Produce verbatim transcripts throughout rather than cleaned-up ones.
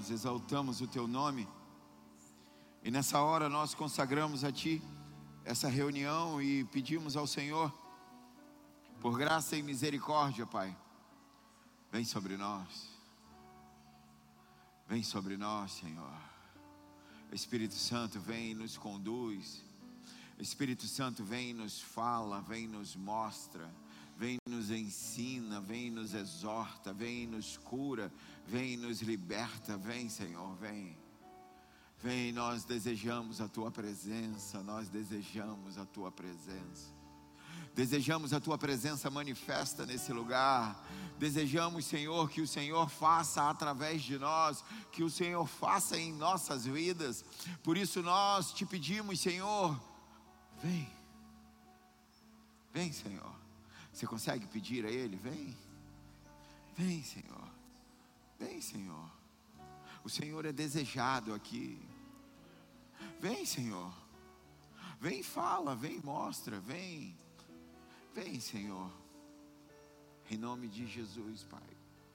adoramos, exaltamos o Teu nome. E nessa hora nós consagramos a Ti essa reunião e pedimos ao Senhor, por graça e misericórdia, Pai, vem sobre nós. Vem sobre nós, Senhor. Espírito Santo, vem e nos conduz. Espírito Santo, vem e nos fala, vem e nos mostra, vem e nos ensina, vem e nos exorta, vem e nos cura, vem e nos liberta. Vem, Senhor, vem. Vem, nós desejamos a Tua presença, nós desejamos a Tua presença. Desejamos a Tua presença manifesta nesse lugar. Desejamos, Senhor, que o Senhor faça através de nós, que o Senhor faça em nossas vidas. Por isso nós te pedimos, Senhor, vem. Vem, Senhor. Você consegue pedir a Ele? Vem. Vem, Senhor. Vem, Senhor. O Senhor é desejado aqui. Vem, Senhor. Vem, fala, vem, mostra, vem. Vem, Senhor. Em nome de Jesus, Pai.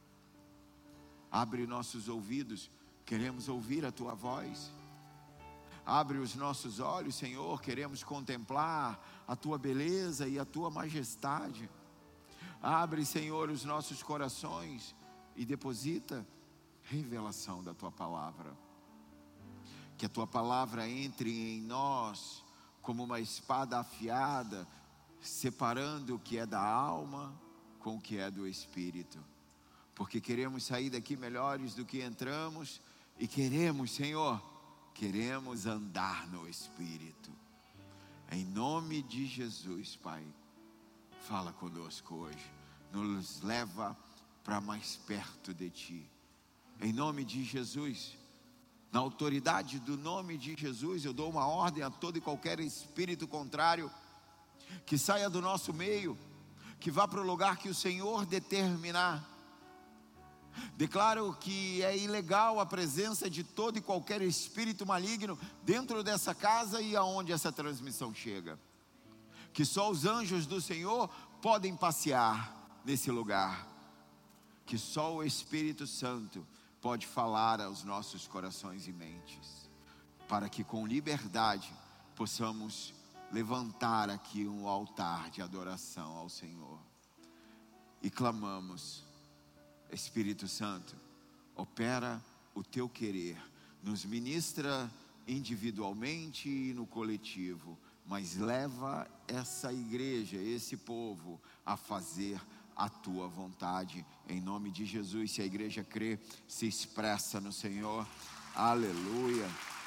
Abre nossos ouvidos, queremos ouvir a Tua voz. Abre os nossos olhos, Senhor, queremos contemplar a Tua beleza e a Tua majestade. Abre, Senhor, os nossos corações e deposita revelação da Tua palavra. Que a Tua palavra entre em nós como uma espada afiada, separando o que é da alma com o que é do Espírito. Porque queremos sair daqui melhores do que entramos. E queremos, Senhor, queremos andar no Espírito. Em nome de Jesus, Pai, fala conosco hoje. Nos leva para mais perto de Ti. Em nome de Jesus, na autoridade do nome de Jesus, eu dou uma ordem a todo e qualquer espírito contrário que saia do nosso meio, que vá para o lugar que o Senhor determinar. Declaro que é ilegal a presença de todo e qualquer espírito maligno dentro dessa casa e aonde essa transmissão chega. Que só os anjos do Senhor podem passear nesse lugar. Que só o Espírito Santo pode falar aos nossos corações e mentes, para que com liberdade possamos levantar aqui um altar de adoração ao Senhor. E clamamos, Espírito Santo, opera o Teu querer, nos ministra individualmente e no coletivo, mas leva essa igreja, esse povo a fazer a Tua vontade, em nome de Jesus. Se a igreja crê, se expressa no Senhor. Aleluia.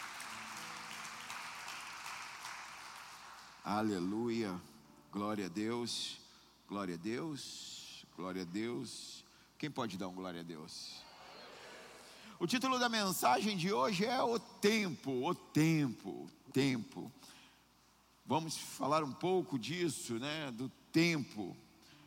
Aleluia. Glória a Deus. Glória a Deus. Glória a Deus. Quem pode dar um glória a Deus? O título da mensagem de hoje é o tempo, o tempo, o tempo. Vamos falar um pouco disso, né, do tempo.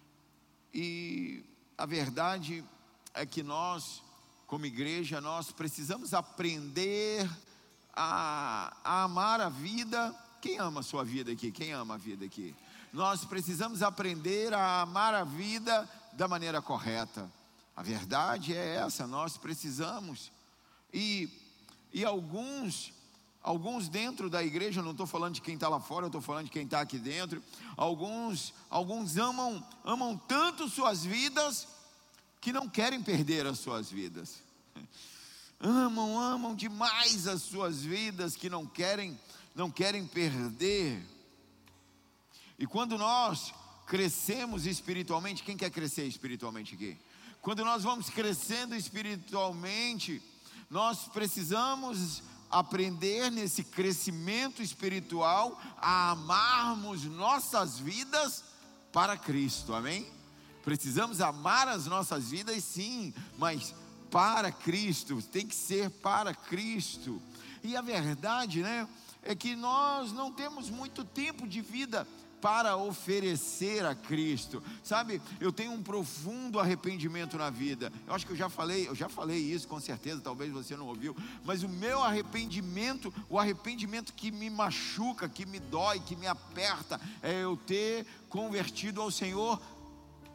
E a verdade é que nós, como igreja, nós precisamos aprender a, a amar a vida. Quem ama a sua vida aqui? Quem ama a vida aqui? Nós precisamos aprender a amar a vida da maneira correta. A verdade é essa, nós precisamos. E, e alguns, alguns dentro da igreja, eu não estou falando de quem está lá fora, eu estou falando de quem está aqui dentro. Alguns, alguns amam, amam tanto suas vidas que não querem perder as suas vidas. Amam, amam demais as suas vidas que não querem, não querem perder. E quando nós crescemos espiritualmente, quem quer crescer espiritualmente aqui? Quando nós vamos crescendo espiritualmente, nós precisamos aprender nesse crescimento espiritual a amarmos nossas vidas para Cristo, amém? Precisamos amar as nossas vidas, sim, mas para Cristo, tem que ser para Cristo. E a verdade, né, é que nós não temos muito tempo de vida para oferecer a Cristo, sabe? Eu tenho um profundo arrependimento na vida. Eu acho que eu já falei, eu já falei isso com certeza, talvez você não ouviu, mas o meu arrependimento, o arrependimento que me machuca, que me dói, que me aperta, é eu ter convertido ao Senhor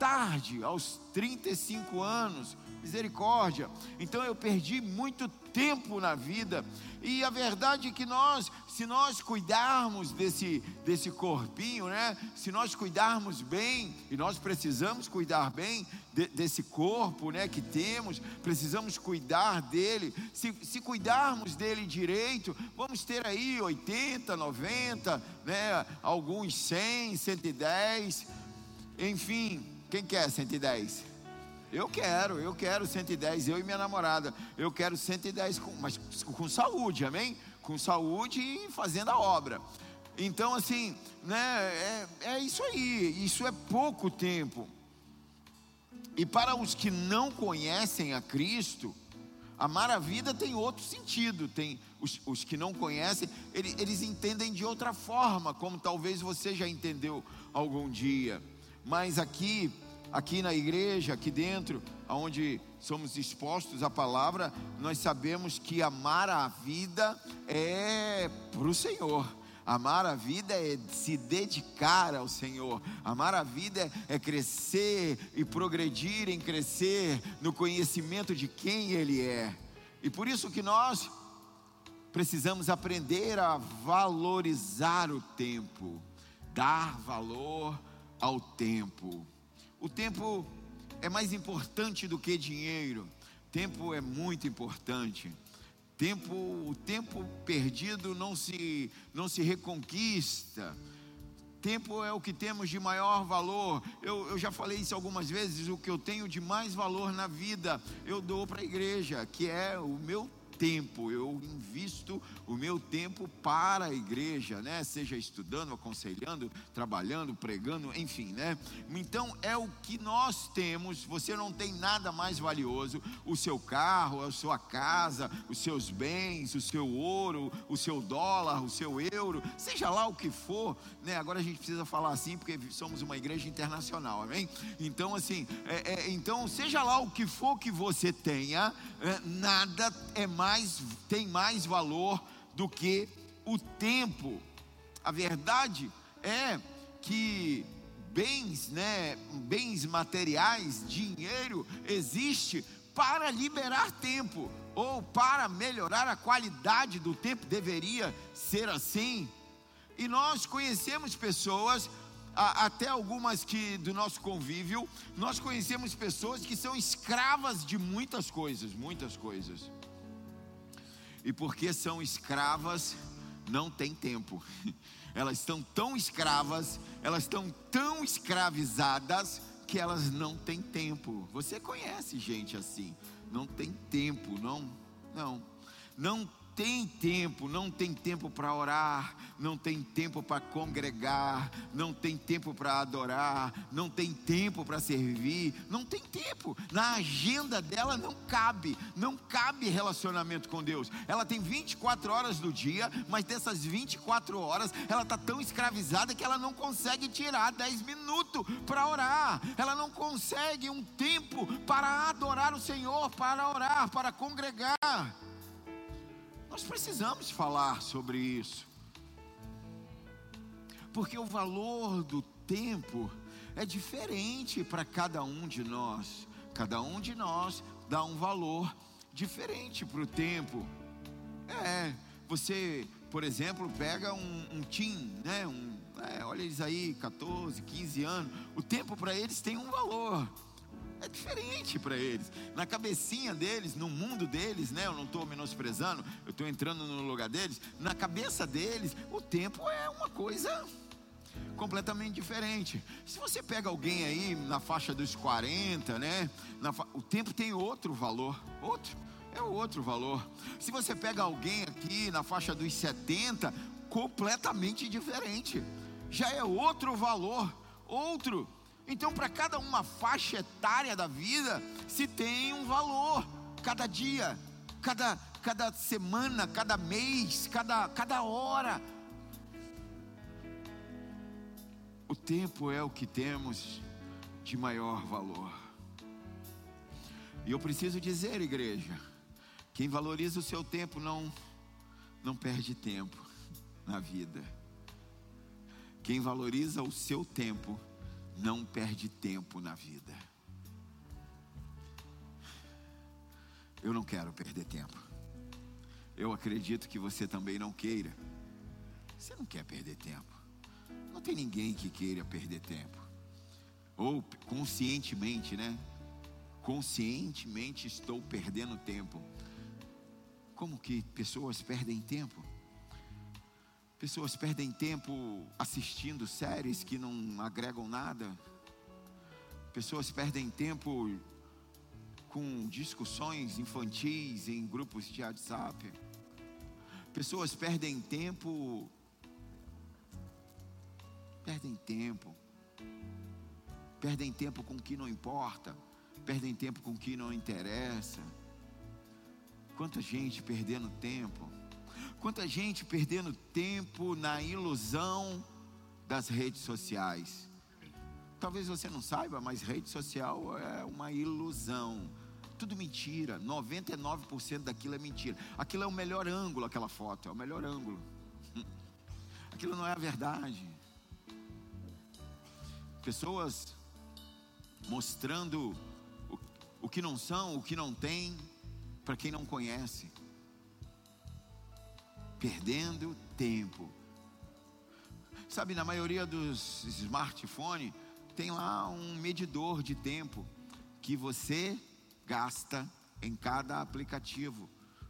tarde, aos trinta e cinco anos, misericórdia. Então eu perdi muito tempo na vida. E a verdade é que nós, se nós cuidarmos desse, desse corpinho, né? Se nós cuidarmos bem, e nós precisamos cuidar bem de, desse corpo, né? Que temos, precisamos cuidar dele. Se, se cuidarmos dele direito, vamos ter aí oitenta, noventa, né? Alguns cem, cento e dez, enfim, quem quer cento e dez? Eu quero, eu quero cento e dez, eu e minha namorada, eu quero cento e dez, com, mas com saúde, amém? Com saúde e fazendo a obra. Então assim, né, é, é isso aí, isso é pouco tempo. E para os que não conhecem a Cristo, amar a vida tem outro sentido. Tem os, os que não conhecem, eles, eles entendem de outra forma, como talvez você já entendeu algum dia. Mas aqui, aqui na igreja, aqui dentro, onde somos expostos à palavra, nós sabemos que amar a vida é para o Senhor. Amar a vida é se dedicar ao Senhor. Amar a vida é crescer e progredir em crescer no conhecimento de quem Ele é. E por isso que nós precisamos aprender a valorizar o tempo, dar valor ao tempo. O tempo é mais importante do que dinheiro. Tempo é muito importante. Tempo, o tempo perdido não se, não se reconquista. Tempo é o que temos de maior valor. Eu, eu já falei isso algumas vezes. O que eu tenho de mais valor na vida, eu dou para a igreja, que é o meu tempo. Eu invisto o meu tempo para a igreja, né? Seja estudando, aconselhando, trabalhando, pregando, enfim, né? Então é o que nós temos. Você não tem nada mais valioso. O seu carro, a sua casa, os seus bens, o seu ouro, o seu dólar, o seu euro, seja lá o que for, né? Agora a gente precisa falar assim porque somos uma igreja internacional, amém? Então assim, é, é, então seja lá o que for que você tenha, é, nada é mais Mais, tem mais valor do que o tempo. A verdade é que bens, né, bens materiais, dinheiro, existe para liberar tempo, ou para melhorar a qualidade do tempo, deveria ser assim. E nós conhecemos pessoas, até algumas que do nosso convívio, nós conhecemos pessoas que são escravas de muitas coisas, muitas coisas. E porque são escravas, não tem tempo. Elas estão tão escravas, elas estão tão escravizadas, que elas não têm tempo. Você conhece gente assim, não tem tempo, não, não, não tem tempo, não tem tempo para orar, não tem tempo para congregar, não tem tempo para adorar, não tem tempo para servir, não tem tempo, na agenda dela não cabe, não cabe relacionamento com Deus. Ela tem vinte e quatro horas do dia, mas dessas vinte e quatro horas, ela está tão escravizada que ela não consegue tirar dez minutos para orar, ela não consegue um tempo para adorar o Senhor, para orar, para congregar. Nós precisamos falar sobre isso, porque o valor do tempo é diferente para cada um de nós. Cada um de nós dá um valor diferente para o tempo. É, você, por exemplo, pega um, um teen, né? Um, é, olha eles aí, catorze, quinze anos. O tempo para eles tem um valor. É diferente para eles, na cabecinha deles, no mundo deles, né? Eu não estou menosprezando, eu estou entrando no lugar deles. Na cabeça deles, o tempo é uma coisa completamente diferente. Se você pega alguém aí na faixa dos quarenta, né? Na fa... O tempo tem outro valor, outro, é outro valor. Se você pega alguém aqui na faixa dos setenta, completamente diferente, já é outro valor, outro. Então, para cada uma faixa etária da vida, se tem um valor. Cada dia, cada, cada semana, cada mês, cada, cada hora. O tempo é o que temos de maior valor. E eu preciso dizer, igreja, quem valoriza o seu tempo não, não perde tempo na vida. Quem valoriza o seu tempo não perde tempo na vida. Eu não quero perder tempo. Eu acredito que você também não queira. Você não quer perder tempo. Não tem ninguém que queira perder tempo. Ou conscientemente, né? Conscientemente estou perdendo tempo. Como que pessoas perdem tempo? Pessoas perdem tempo assistindo séries que não agregam nada. Pessoas perdem tempo com discussões infantis em grupos de WhatsApp. Pessoas perdem tempo, perdem tempo, perdem tempo com o que não importa, perdem tempo com o que não interessa. Quanta gente perdendo tempo, quanta gente perdendo tempo na ilusão das redes sociais. Talvez você não saiba, mas rede social é uma ilusão. Tudo mentira, noventa e nove por cento daquilo é mentira. Aquilo é o melhor ângulo, aquela foto, é o melhor ângulo. Aquilo não é a verdade. Pessoas mostrando o, o que não são, o que não tem, para quem não conhece. Perdendo tempo. Sabe, na maioria dos smartphones, tem lá um medidor de tempo que você gasta em cada aplicativo.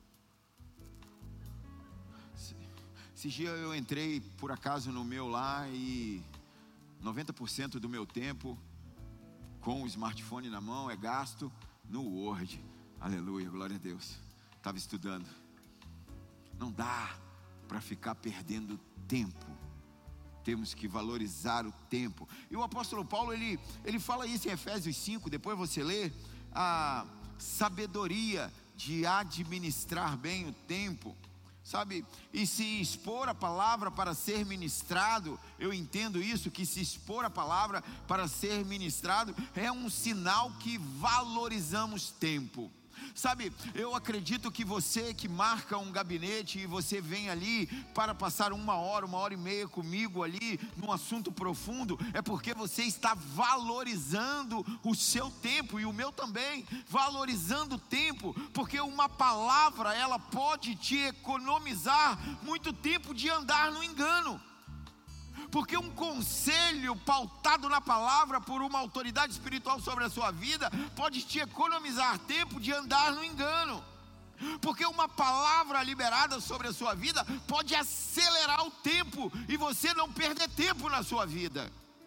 Esses dias eu entrei por acaso no meu lá e noventa por cento do meu tempo com o smartphone na mão é gasto no Word. Aleluia, glória a Deus. Estava estudando. Não dá para ficar perdendo tempo. Temos que valorizar o tempo. E o apóstolo Paulo, ele, ele fala isso em Efésios cinco, depois você lê, a sabedoria de administrar bem o tempo, sabe? E se expor a palavra para ser ministrado, eu entendo isso, que se expor a palavra para ser ministrado é um sinal que valorizamos tempo. Sabe, eu acredito que você que marca um gabinete e você vem ali para passar uma hora, uma hora e meia comigo ali num assunto profundo, é porque você está valorizando o seu tempo e o meu também, valorizando o tempo, porque uma palavra ela pode te economizar muito tempo de andar no engano. Porque um conselho pautado na palavra por uma autoridade espiritual sobre a sua vida pode te economizar tempo de andar no engano. Porque uma palavra liberada sobre a sua vida pode acelerar o tempo e você não perder tempo na sua vida.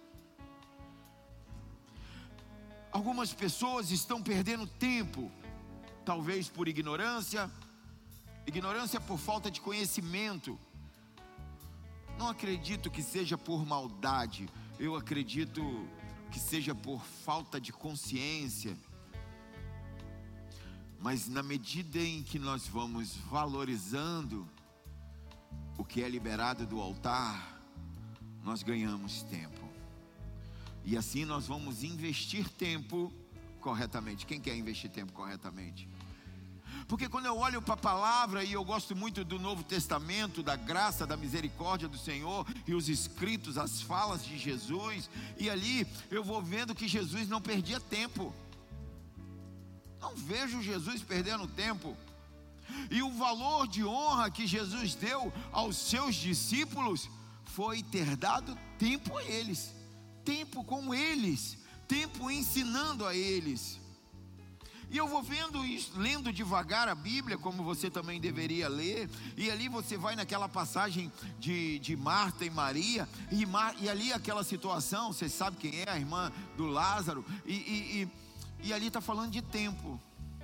Algumas pessoas estão perdendo tempo, talvez por ignorância, ignorância por falta de conhecimento. Não acredito que seja por maldade, eu acredito que seja por falta de consciência. Mas na medida em que nós vamos valorizando o que é liberado do altar, nós ganhamos tempo. E assim nós vamos investir tempo corretamente. Quem quer investir tempo corretamente? Porque quando eu olho para a palavra, e eu gosto muito do Novo Testamento, da graça, da misericórdia do Senhor, e os escritos, as falas de Jesus, e ali eu vou vendo que Jesus não perdia tempo. Não vejo Jesus perdendo tempo. E o valor de honra que Jesus deu aos seus discípulos foi ter dado tempo a eles, tempo com eles, tempo ensinando a eles. E eu vou vendo isso, lendo devagar a Bíblia, como você também deveria ler. E ali você vai naquela passagem de, de Marta e Maria, e, Mar, e ali aquela situação, você sabe quem é, a irmã do Lázaro. E, e, e, e ali está falando de tempo.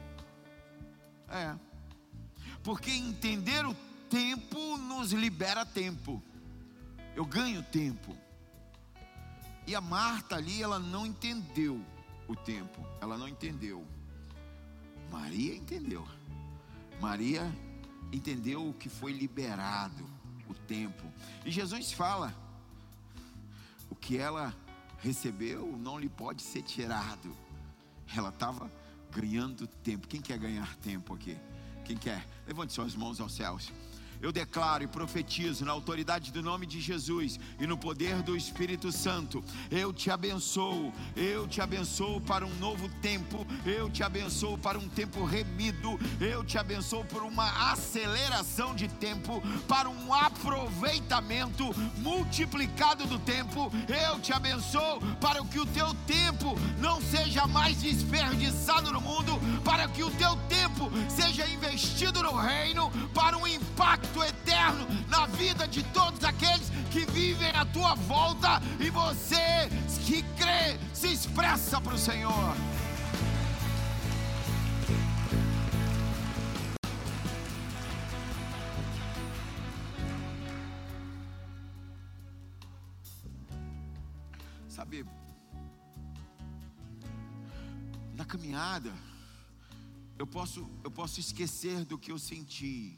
É, porque entender o tempo nos libera tempo. Eu ganho tempo. E a Marta ali, ela não entendeu o tempo, ela não entendeu. Maria entendeu. Maria entendeu o que foi liberado, o tempo. E Jesus fala: o que ela recebeu não lhe pode ser tirado. Ela estava ganhando tempo. Quem quer ganhar tempo aqui? Quem quer? Levante suas mãos aos céus. eu declaro e profetizo na autoridade do nome de Jesus e no poder do Espírito Santo. Eu te abençoo, eu te abençoo para um novo tempo, eu te abençoo para um tempo remido, eu te abençoo por uma aceleração de tempo, para um aproveitamento multiplicado do tempo. Eu te abençoo para que o teu tempo não seja mais desperdiçado no mundo, para que o teu tempo seja investido no reino, para um impacto eterno na vida de todos aqueles que vivem à tua volta, e você que crê se expressa para o Senhor. Sabe, na caminhada eu posso, eu posso esquecer do que eu senti.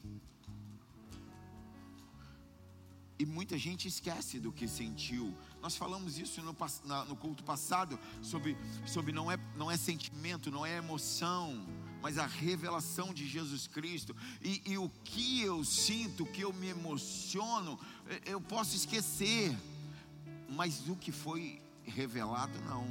E muita gente esquece do que sentiu. Nós falamos isso no, no culto passado, sobre, sobre não, é, não é sentimento, não é emoção, mas a revelação de Jesus Cristo. E, e o que eu sinto, o que eu me emociono, eu posso esquecer, mas o que foi revelado, não.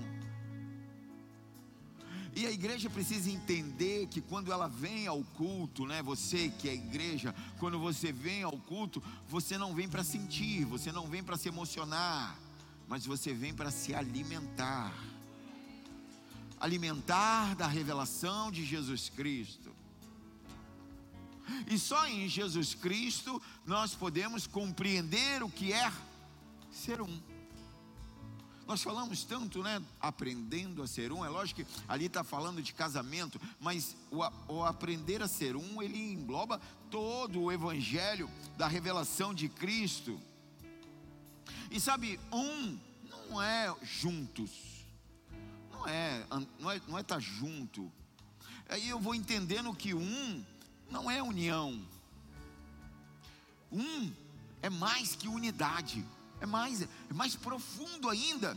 E a igreja precisa entender que quando ela vem ao culto, né, você que é igreja, quando você vem ao culto, você não vem para sentir, você não vem para se emocionar, mas você vem para se alimentar. Alimentar da revelação de Jesus Cristo. E só em Jesus Cristo nós podemos compreender o que é ser um. Nós falamos tanto, né, aprendendo a ser um. É lógico que ali está falando de casamento, mas o, o aprender a ser um, ele engloba todo o evangelho da revelação de Cristo. E sabe, um não é juntos, não é, não é, não é estar junto. Aí eu vou entendendo que um não é união. Um é mais que unidade. É mais, é mais profundo ainda.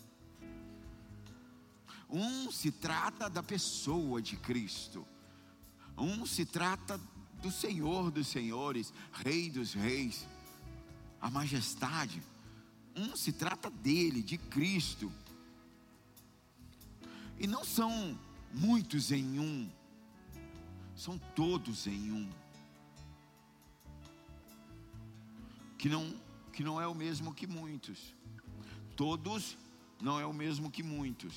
Um se trata da pessoa de Cristo. Um se trata do Senhor dos senhores, Rei dos reis, a majestade. Um se trata dele, de Cristo. E não são muitos em um, são todos em um. Que não que não é o mesmo que muitos. Todos não é o mesmo que muitos.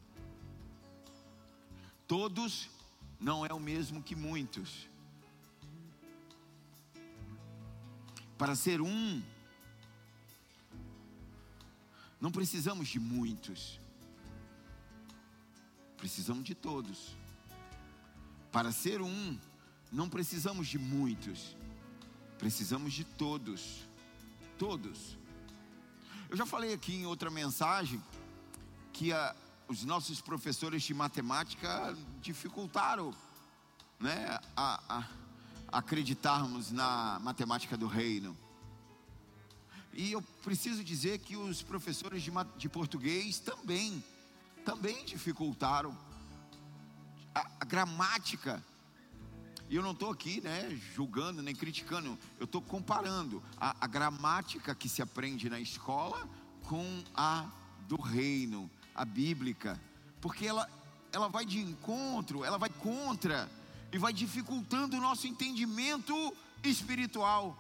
Todos não é o mesmo que muitos. Para ser um, não precisamos de muitos. Precisamos de todos. Para ser um, não precisamos de muitos. Precisamos de todos. Todos. Eu já falei aqui em outra mensagem que a, os nossos professores de matemática dificultaram, né, a, a, a acreditarmos na matemática do reino. E eu preciso dizer que os professores de, de português também, também dificultaram a, a gramática. E eu não estou aqui, né, julgando nem criticando, eu estou comparando a, a gramática que se aprende na escola com a do reino, a bíblica, porque ela, ela vai de encontro, ela vai contra e vai dificultando o nosso entendimento espiritual.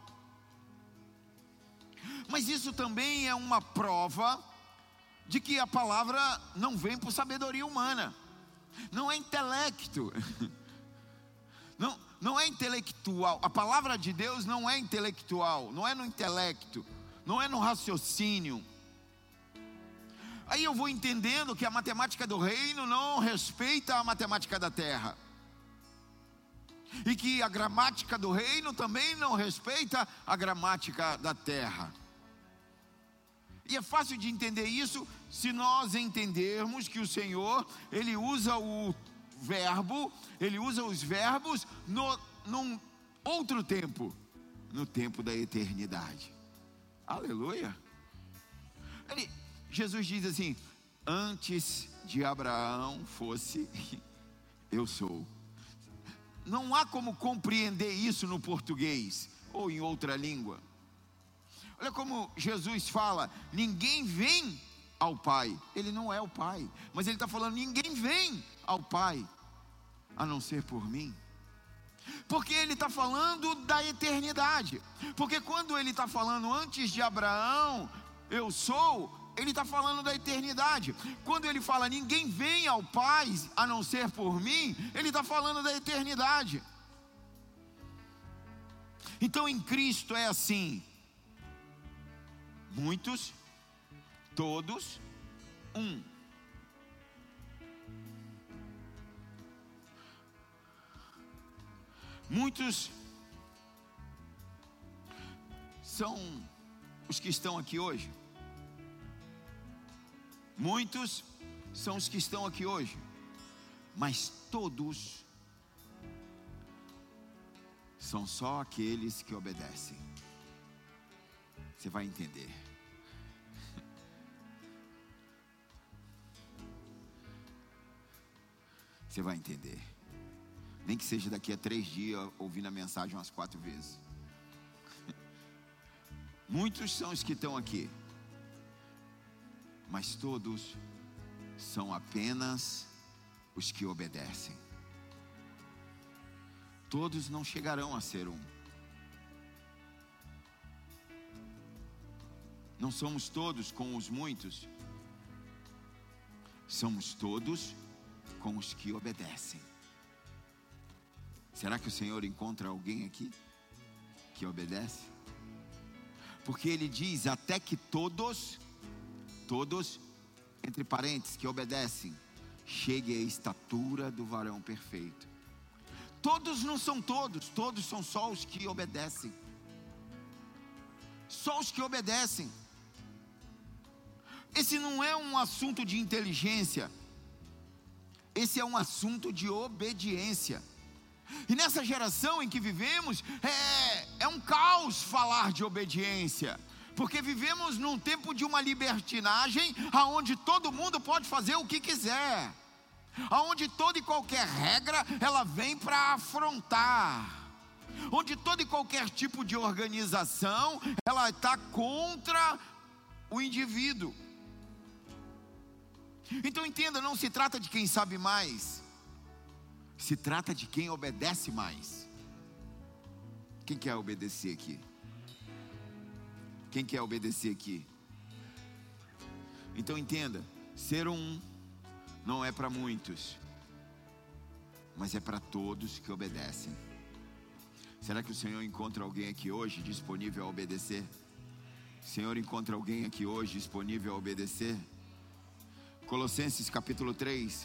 Mas isso também é uma prova de que a palavra não vem por sabedoria humana, não é intelecto. Não, não é intelectual. A palavra de Deus não é intelectual, não é no intelecto, não é no raciocínio. Aí eu vou entendendo que a matemática do reino não respeita a matemática da terra, e que a gramática do reino também não respeita a gramática da terra. E é fácil de entender isso se nós entendermos que o Senhor, Ele usa o verbo, Ele usa os verbos no, num outro tempo, no tempo da eternidade. Aleluia. Ele, Jesus diz assim: antes de Abraão fosse, eu sou. Não há como compreender isso no português, ou em outra língua. Olha como Jesus fala: ninguém vem ao Pai. Ele não é o Pai, mas ele está falando: ninguém vem ao Pai a não ser por mim. Porque ele está falando da eternidade. Porque quando ele está falando antes de Abraão, eu sou, ele está falando da eternidade. Quando ele fala ninguém vem ao Pai a não ser por mim, ele está falando da eternidade. Então em Cristo é assim: muitos, todos, um. Muitos são os que estão aqui hoje. Muitos são os que estão aqui hoje. Mas todos são só aqueles que obedecem. Você vai entender. Você vai entender. Nem que seja daqui a três dias, ouvindo a mensagem umas quatro vezes. Muitos são os que estão aqui, mas todos são apenas os que obedecem. Todos não chegarão a ser um. Não somos todos com os muitos. Somos todos com os que obedecem. Será que o Senhor encontra alguém aqui que obedece? Porque ele diz até que todos, todos, entre parênteses, que obedecem, chegue à estatura do varão perfeito. Todos não são todos, todos são só os que obedecem. Só os que obedecem. Esse não é um assunto de inteligência, esse é um assunto de obediência. E nessa geração em que vivemos, é, é um caos falar de obediência, porque vivemos num tempo de uma libertinagem, aonde todo mundo pode fazer o que quiser, aonde toda e qualquer regra, ela vem para afrontar, onde toda e qualquer tipo de organização, ela está contra o indivíduo. Então entenda, não se trata de quem sabe mais, se trata de quem obedece mais. Quem quer obedecer aqui? Quem quer obedecer aqui? Então entenda, ser um não é para muitos, mas é para todos que obedecem. Será que o Senhor encontra alguém aqui hoje disponível a obedecer? O Senhor encontra alguém aqui hoje disponível a obedecer? Colossenses capítulo três,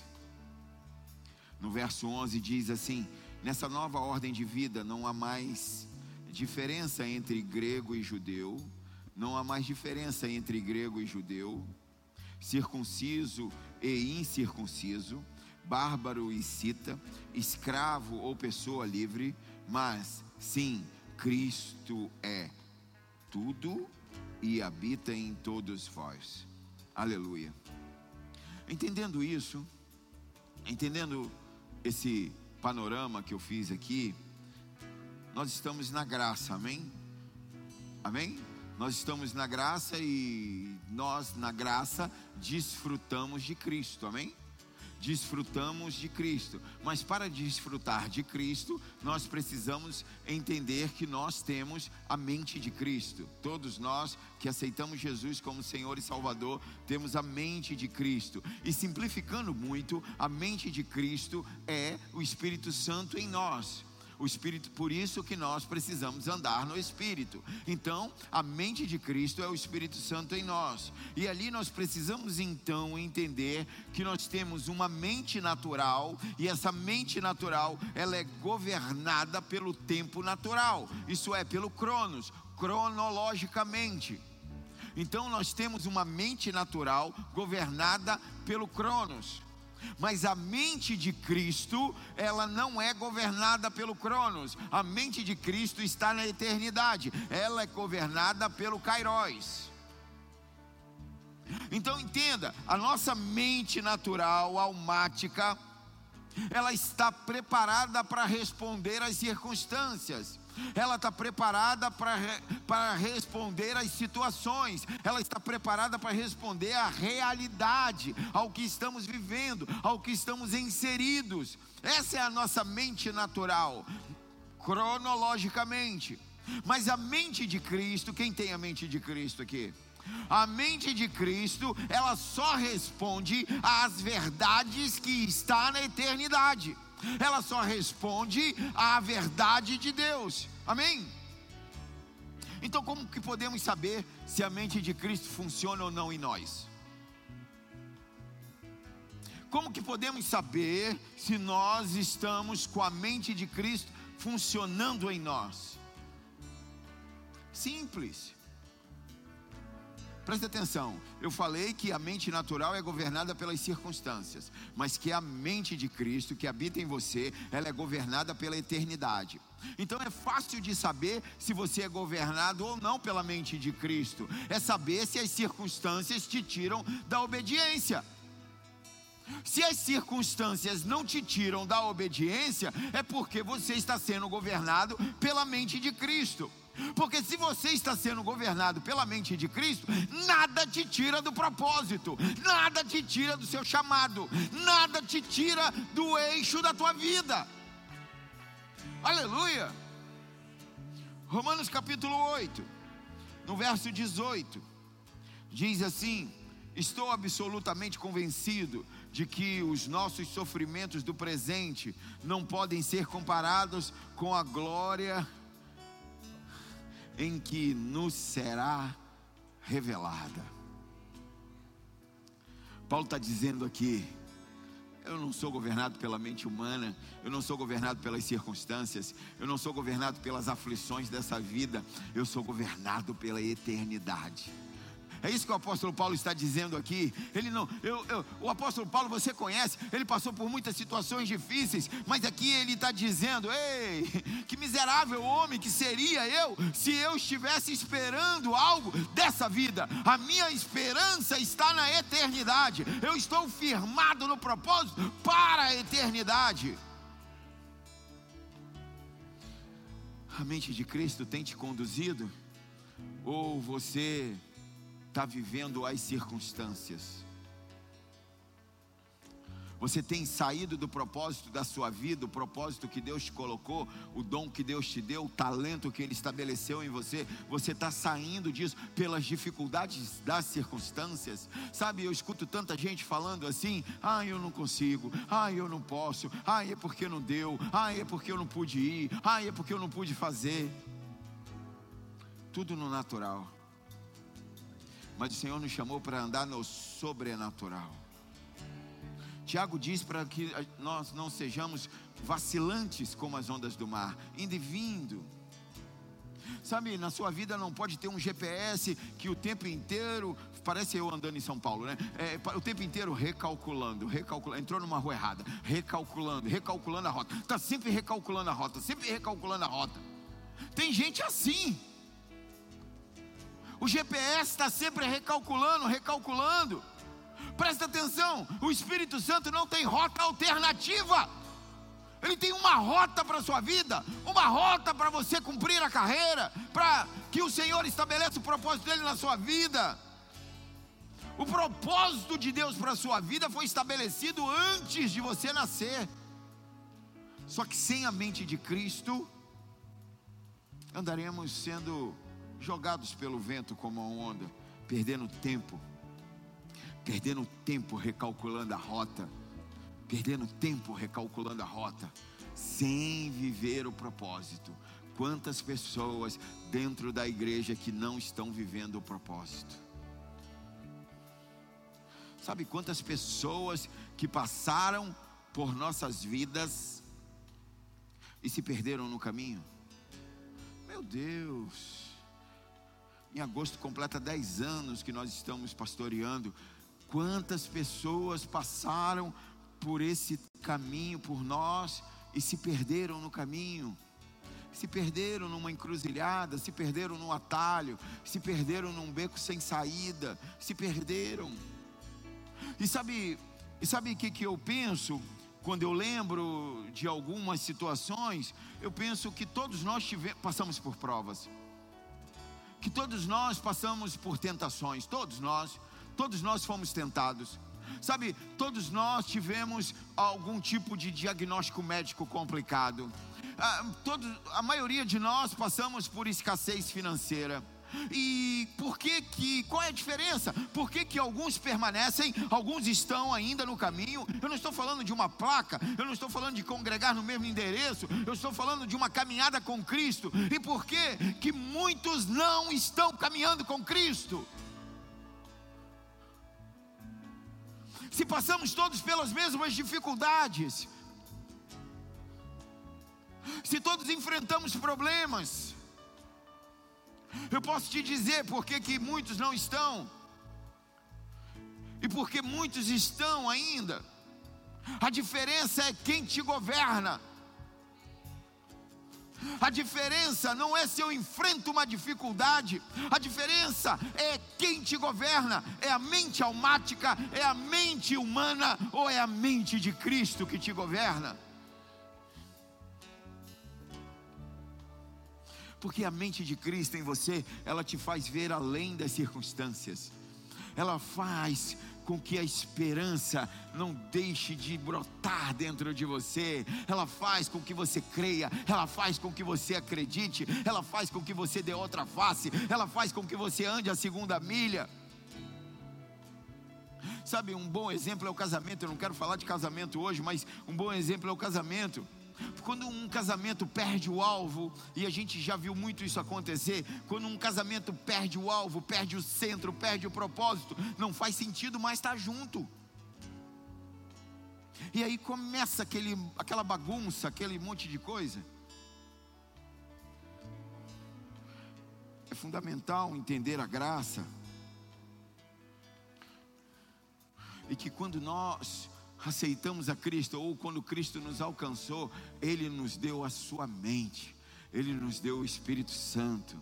no verso onze diz assim: nessa nova ordem de vida não há mais diferença entre grego e judeu, não há mais diferença entre grego e judeu, circunciso e incircunciso, bárbaro e cita, escravo ou pessoa livre, mas sim, Cristo é tudo e habita em todos vós. Aleluia. Entendendo isso, entendendo esse panorama que eu fiz aqui, nós estamos na graça, amém? Amém? Nós estamos na graça e nós na graça desfrutamos de Cristo, amém? Desfrutamos de Cristo, mas para desfrutar de Cristo, nós precisamos entender que nós temos a mente de Cristo. Todos nós que aceitamos Jesus como Senhor e Salvador, temos a mente de Cristo. E simplificando muito, a mente de Cristo é o Espírito Santo em nós. O Espírito, por isso que nós precisamos andar no Espírito. Então, a mente de Cristo é o Espírito Santo em nós. E ali nós precisamos então entender que nós temos uma mente natural, e essa mente natural, ela é governada pelo tempo natural. Isso é, pelo Cronos, cronologicamente. Então nós temos uma mente natural governada pelo Cronos. Mas a mente de Cristo, ela não é governada pelo Cronos. A mente de Cristo está na eternidade. Ela é governada pelo Kairos. Então entenda, a nossa mente natural, almática, ela está preparada para responder às circunstâncias, ela está preparada para, para responder às situações, ela está preparada para responder à realidade, ao que estamos vivendo, ao que estamos inseridos. Essa é a nossa mente natural, cronologicamente. Mas a mente de Cristo, quem tem a mente de Cristo aqui? A mente de Cristo, ela só responde às verdades que está na eternidade. Ela só responde à verdade de Deus. Amém? Então, como que podemos saber se a mente de Cristo funciona ou não em nós? Como que podemos saber se nós estamos com a mente de Cristo funcionando em nós? Simples. Presta atenção, eu falei que a mente natural é governada pelas circunstâncias, mas que a mente de Cristo que habita em você, ela é governada pela eternidade. Então é fácil de saber se você é governado ou não pela mente de Cristo. É saber se as circunstâncias te tiram da obediência. Se as circunstâncias não te tiram da obediência, é porque você está sendo governado pela mente de Cristo. Porque se você está sendo governado pela mente de Cristo, nada te tira do propósito, nada te tira do seu chamado, nada te tira do eixo da tua vida. Aleluia. Romanos capítulo oito, no verso dezoito, diz assim: estou absolutamente convencido de que os nossos sofrimentos do presente não podem ser comparados com a glória em que nos será revelada. Paulo está dizendo aqui: eu não sou governado pela mente humana, eu não sou governado pelas circunstâncias, eu não sou governado pelas aflições dessa vida, eu sou governado pela eternidade. É isso que o apóstolo Paulo está dizendo aqui. Ele não, eu, eu, o apóstolo Paulo você conhece, ele passou por muitas situações difíceis, mas aqui ele está dizendo: ei, que miserável homem que seria eu, se eu estivesse esperando algo dessa vida. A minha esperança está na eternidade, eu estou firmado no propósito para a eternidade. A mente de Cristo tem te conduzido? Ou você está vivendo as circunstâncias? Você tem saído do propósito da sua vida, o propósito que Deus te colocou, o dom que Deus te deu, o talento que Ele estabeleceu em você. Você está saindo disso pelas dificuldades das circunstâncias. Sabe, eu escuto tanta gente falando assim: ah, eu não consigo, ah, eu não posso, ah, é porque não deu, ah, é porque eu não pude ir, ah, é porque eu não pude fazer. Tudo no natural. Mas o Senhor nos chamou para andar no sobrenatural. Tiago diz para que nós não sejamos vacilantes como as ondas do mar, indo e vindo. Sabe, na sua vida não pode ter um G P S que o tempo inteiro, parece eu andando em São Paulo, né? É, o tempo inteiro recalculando, recalculando, entrou numa rua errada, recalculando, recalculando a rota. Está sempre recalculando a rota, sempre recalculando a rota. Tem gente assim. O G P S está sempre recalculando, recalculando. Presta atenção, o Espírito Santo não tem rota alternativa. Ele tem uma rota para a sua vida, uma rota para você cumprir a carreira, para que o Senhor estabeleça o propósito dele na sua vida. O propósito de Deus para a sua vida foi estabelecido antes de você nascer. Só que sem a mente de Cristo, andaremos sendo jogados pelo vento como uma onda, perdendo tempo, perdendo tempo recalculando a rota, perdendo tempo recalculando a rota, sem viver o propósito. Quantas pessoas dentro da igreja que não estão vivendo o propósito? Sabe quantas pessoas que passaram por nossas vidas e se perderam no caminho? Meu Deus! Em agosto completa dez anos que nós estamos pastoreando. Quantas pessoas passaram por esse caminho, por nós, e se perderam no caminho, se perderam numa encruzilhada, se perderam num atalho, se perderam num beco sem saída, se perderam. E sabe, e sabe o que, que eu penso? quando eu lembro de algumas situações, eu penso que todos nós tive, passamos por provas, que todos nós passamos por tentações, todos nós, todos nós fomos tentados, sabe, todos nós tivemos algum tipo de diagnóstico médico complicado, a, todos, a maioria de nós passamos por escassez financeira. E por que que, qual é a diferença? Por que que alguns permanecem, alguns estão ainda no caminho? Eu não estou falando de uma placa, eu não estou falando de congregar no mesmo endereço, eu estou falando de uma caminhada com Cristo. E por que que muitos não estão caminhando com Cristo? Se passamos todos pelas mesmas dificuldades, se todos enfrentamos problemas, eu posso te dizer por que que muitos não estão, e porque muitos estão ainda. A diferença é quem te governa. A diferença não é se eu enfrento uma dificuldade, a diferença é quem te governa. É a mente almática, é a mente humana, ou é a mente de Cristo que te governa? Porque a mente de Cristo em você, ela te faz ver além das circunstâncias. Ela faz com que a esperança não deixe de brotar dentro de você. Ela faz com que você creia. Ela faz com que você acredite. Ela faz com que você dê outra face. Ela faz com que você ande a segunda milha. Sabe, um bom exemplo é o casamento. Eu não quero falar de casamento hoje, mas um bom exemplo é o casamento. Quando um casamento perde o alvo, e a gente já viu muito isso acontecer, quando um casamento perde o alvo, perde o centro, perde o propósito, não faz sentido mais estar junto. E aí começa aquele, aquela bagunça, aquele monte de coisa. É fundamental entender a graça, e que quando nós aceitamos a Cristo, ou quando Cristo nos alcançou, Ele nos deu a sua mente, Ele nos deu o Espírito Santo.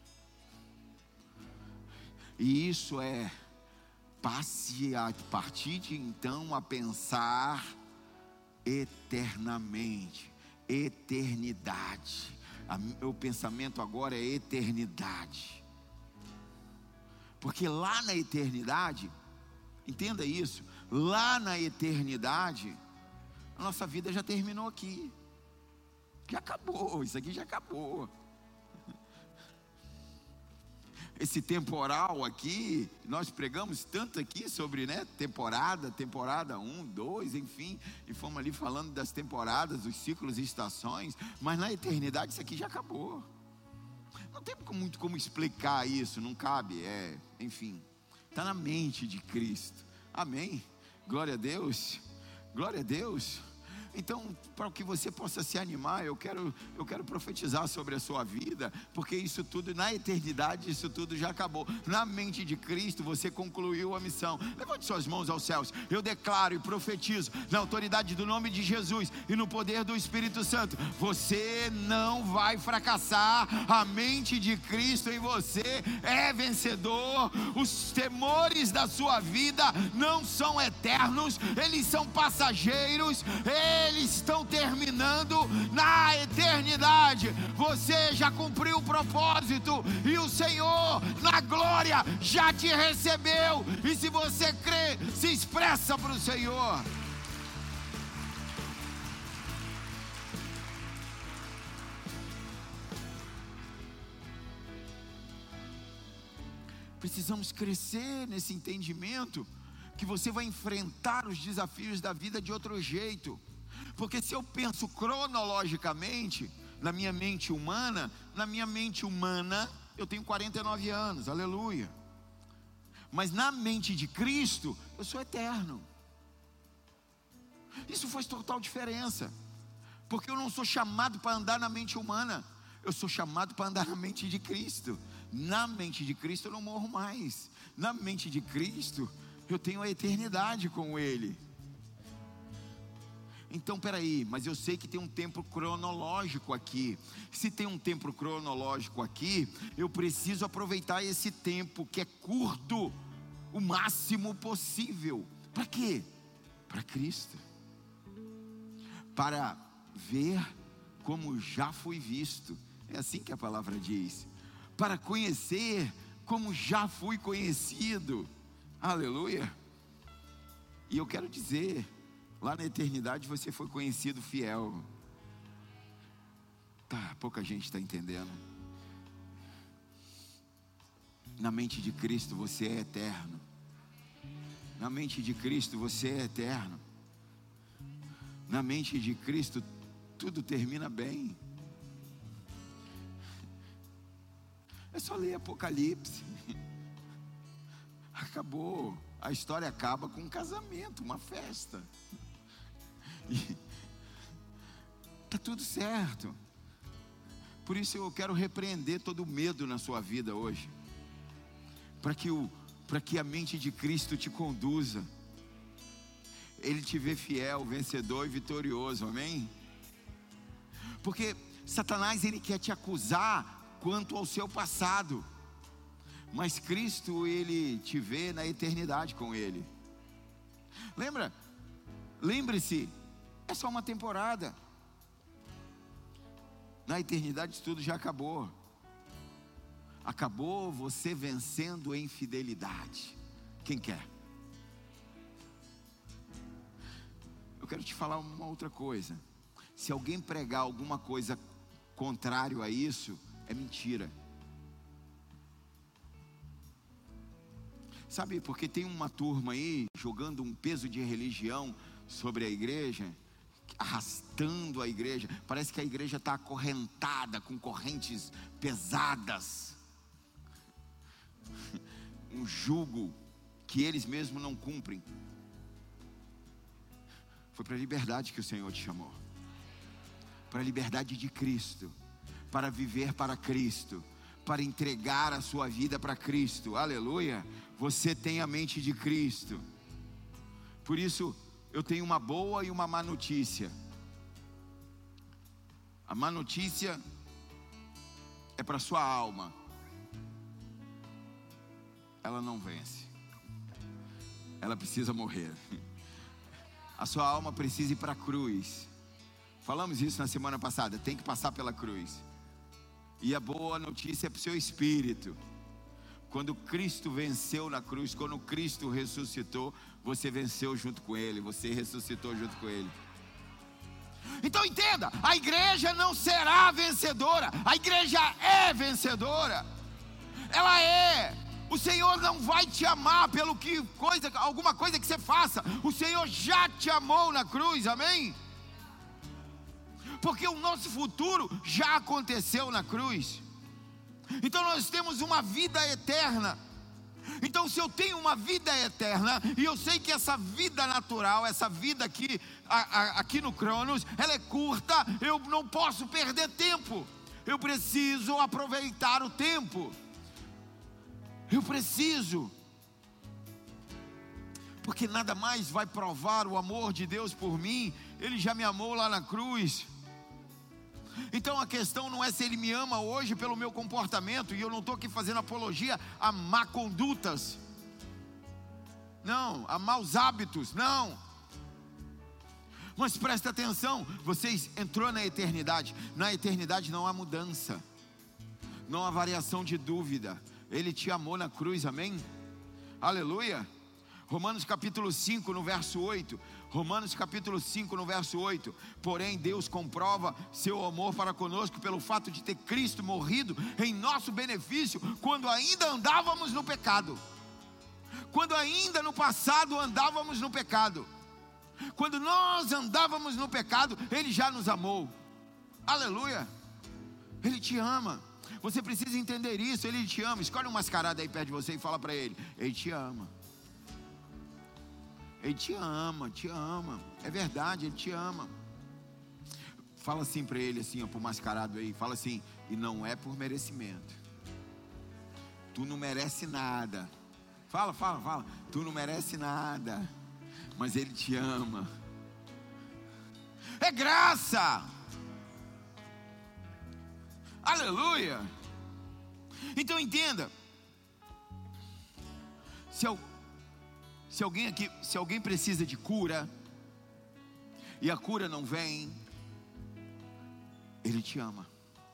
E isso é, passe a partir de então a pensar eternamente, eternidade. O pensamento agora é eternidade, porque lá na eternidade, entenda isso, lá na eternidade, a nossa vida já terminou aqui, já acabou, isso aqui já acabou. Esse temporal aqui, nós pregamos tanto aqui sobre, né, temporada, temporada um, dois, enfim, e fomos ali falando das temporadas, dos ciclos e estações, mas na eternidade isso aqui já acabou. Não tem muito como explicar isso, não cabe, é, enfim, está na mente de Cristo. Amém? Glória a Deus, glória a Deus. Então, para que você possa se animar, eu quero, eu quero profetizar sobre a sua vida, porque isso tudo, na eternidade, isso tudo já acabou. Na mente de Cristo, você concluiu a missão. Levante suas mãos aos céus. Eu declaro e profetizo, na autoridade do nome de Jesus e no poder do Espírito Santo, você não vai fracassar. A mente de Cristo em você é vencedor. Os temores da sua vida não são eternos, eles são passageiros. Eles estão terminando na eternidade. Você já cumpriu o propósito, e o Senhor na glória já te recebeu. E se você crê, se expressa para o Senhor. Precisamos crescer nesse entendimento que você vai enfrentar os desafios da vida de outro jeito. Porque se eu penso cronologicamente, na minha mente humana, na minha mente humana, eu tenho quarenta e nove anos, aleluia. Mas na mente de Cristo, eu sou eterno. Isso faz total diferença. Porque eu não sou chamado para andar na mente humana, eu sou chamado para andar na mente de Cristo. Na mente de Cristo eu não morro mais. Na mente de Cristo, eu tenho a eternidade com Ele. Então, peraí, mas eu sei que tem um tempo cronológico aqui. Se tem um tempo cronológico aqui, eu preciso aproveitar esse tempo que é curto, o máximo possível. Para quê? Para Cristo. para ver como já fui visto. É assim que a palavra diz. Para conhecer como já fui conhecido. Aleluia. E eu quero dizer, lá na eternidade você foi conhecido fiel. Tá, pouca gente está entendendo. Na mente de Cristo você é eterno. Na mente de Cristo você é eterno. Na mente de Cristo tudo termina bem. É só ler Apocalipse. Acabou. A história acaba com um casamento, uma festa. E tá tudo certo. Por isso eu quero repreender todo o medo na sua vida hoje. Para que, o, para que a mente de Cristo te conduza. Ele te vê fiel, vencedor e vitorioso, amém? Porque Satanás, ele quer te acusar quanto ao seu passado. Mas Cristo, ele te vê na eternidade com ele. Lembra? Lembre-se, é só uma temporada. Na eternidade tudo já acabou. Acabou você vencendo em fidelidade. Quem quer? Eu quero te falar uma outra coisa. Se alguém pregar alguma coisa contrário a isso, é mentira. Sabe, porque tem uma turma aí jogando um peso de religião sobre a igreja, arrastando a igreja. Parece que a igreja está acorrentada com correntes pesadas. Um jugo que eles mesmos não cumprem. Foi para a liberdade que o Senhor te chamou. Para a liberdade de Cristo. Para viver para Cristo. Para entregar a sua vida para Cristo. Aleluia. Você tem a mente de Cristo. Por isso eu tenho uma boa e uma má notícia. A má notícia é para sua alma. Ela não vence. Ela precisa morrer. A sua alma precisa ir para a cruz. Falamos isso na semana passada. Tem que passar pela cruz. E a boa notícia é para o seu espírito. Quando Cristo venceu na cruz, quando Cristo ressuscitou, você venceu junto com Ele. Você ressuscitou junto com Ele. Então entenda, a igreja não será vencedora. A igreja é vencedora. Ela é. O Senhor não vai te amar pelo que coisa, alguma coisa que você faça. O Senhor já te amou na cruz, amém? Porque o nosso futuro já aconteceu na cruz. Então nós temos uma vida eterna. Então se eu tenho uma vida eterna, e eu sei que essa vida natural, essa vida aqui, a, a, aqui no Cronos, ela é curta, eu não posso perder tempo. Eu preciso aproveitar o tempo. Eu preciso, porque nada mais vai provar o amor de Deus por mim. Ele já me amou lá na cruz. Então a questão não é se Ele me ama hoje pelo meu comportamento. E eu não estou aqui fazendo apologia a má condutas, não, a maus hábitos, não. Mas presta atenção, vocês entrou na eternidade. Na eternidade não há mudança, não há variação de dúvida. Ele te amou na cruz, amém? Aleluia. Romanos capítulo cinco no verso oito. Romanos capítulo cinco no verso oito. Porém Deus comprova seu amor para conosco pelo fato de ter Cristo morrido em nosso benefício, quando ainda andávamos no pecado. Quando ainda no passado andávamos no pecado. Quando nós andávamos no pecado, Ele já nos amou. Aleluia. Ele te ama. Você precisa entender isso. Ele te ama. Escolhe um mascarado aí perto de você e fala para ele: Ele te ama. Ele te ama, te ama. É verdade, Ele te ama. Fala assim para ele, assim, ó, pro mascarado aí. Fala assim: e não é por merecimento. Tu não merece nada. Fala, fala, fala. Tu não merece nada, mas Ele te ama. É graça. Aleluia. Então entenda, se, eu, se alguém aqui, se alguém precisa de cura, e a cura não vem, Ele te ama.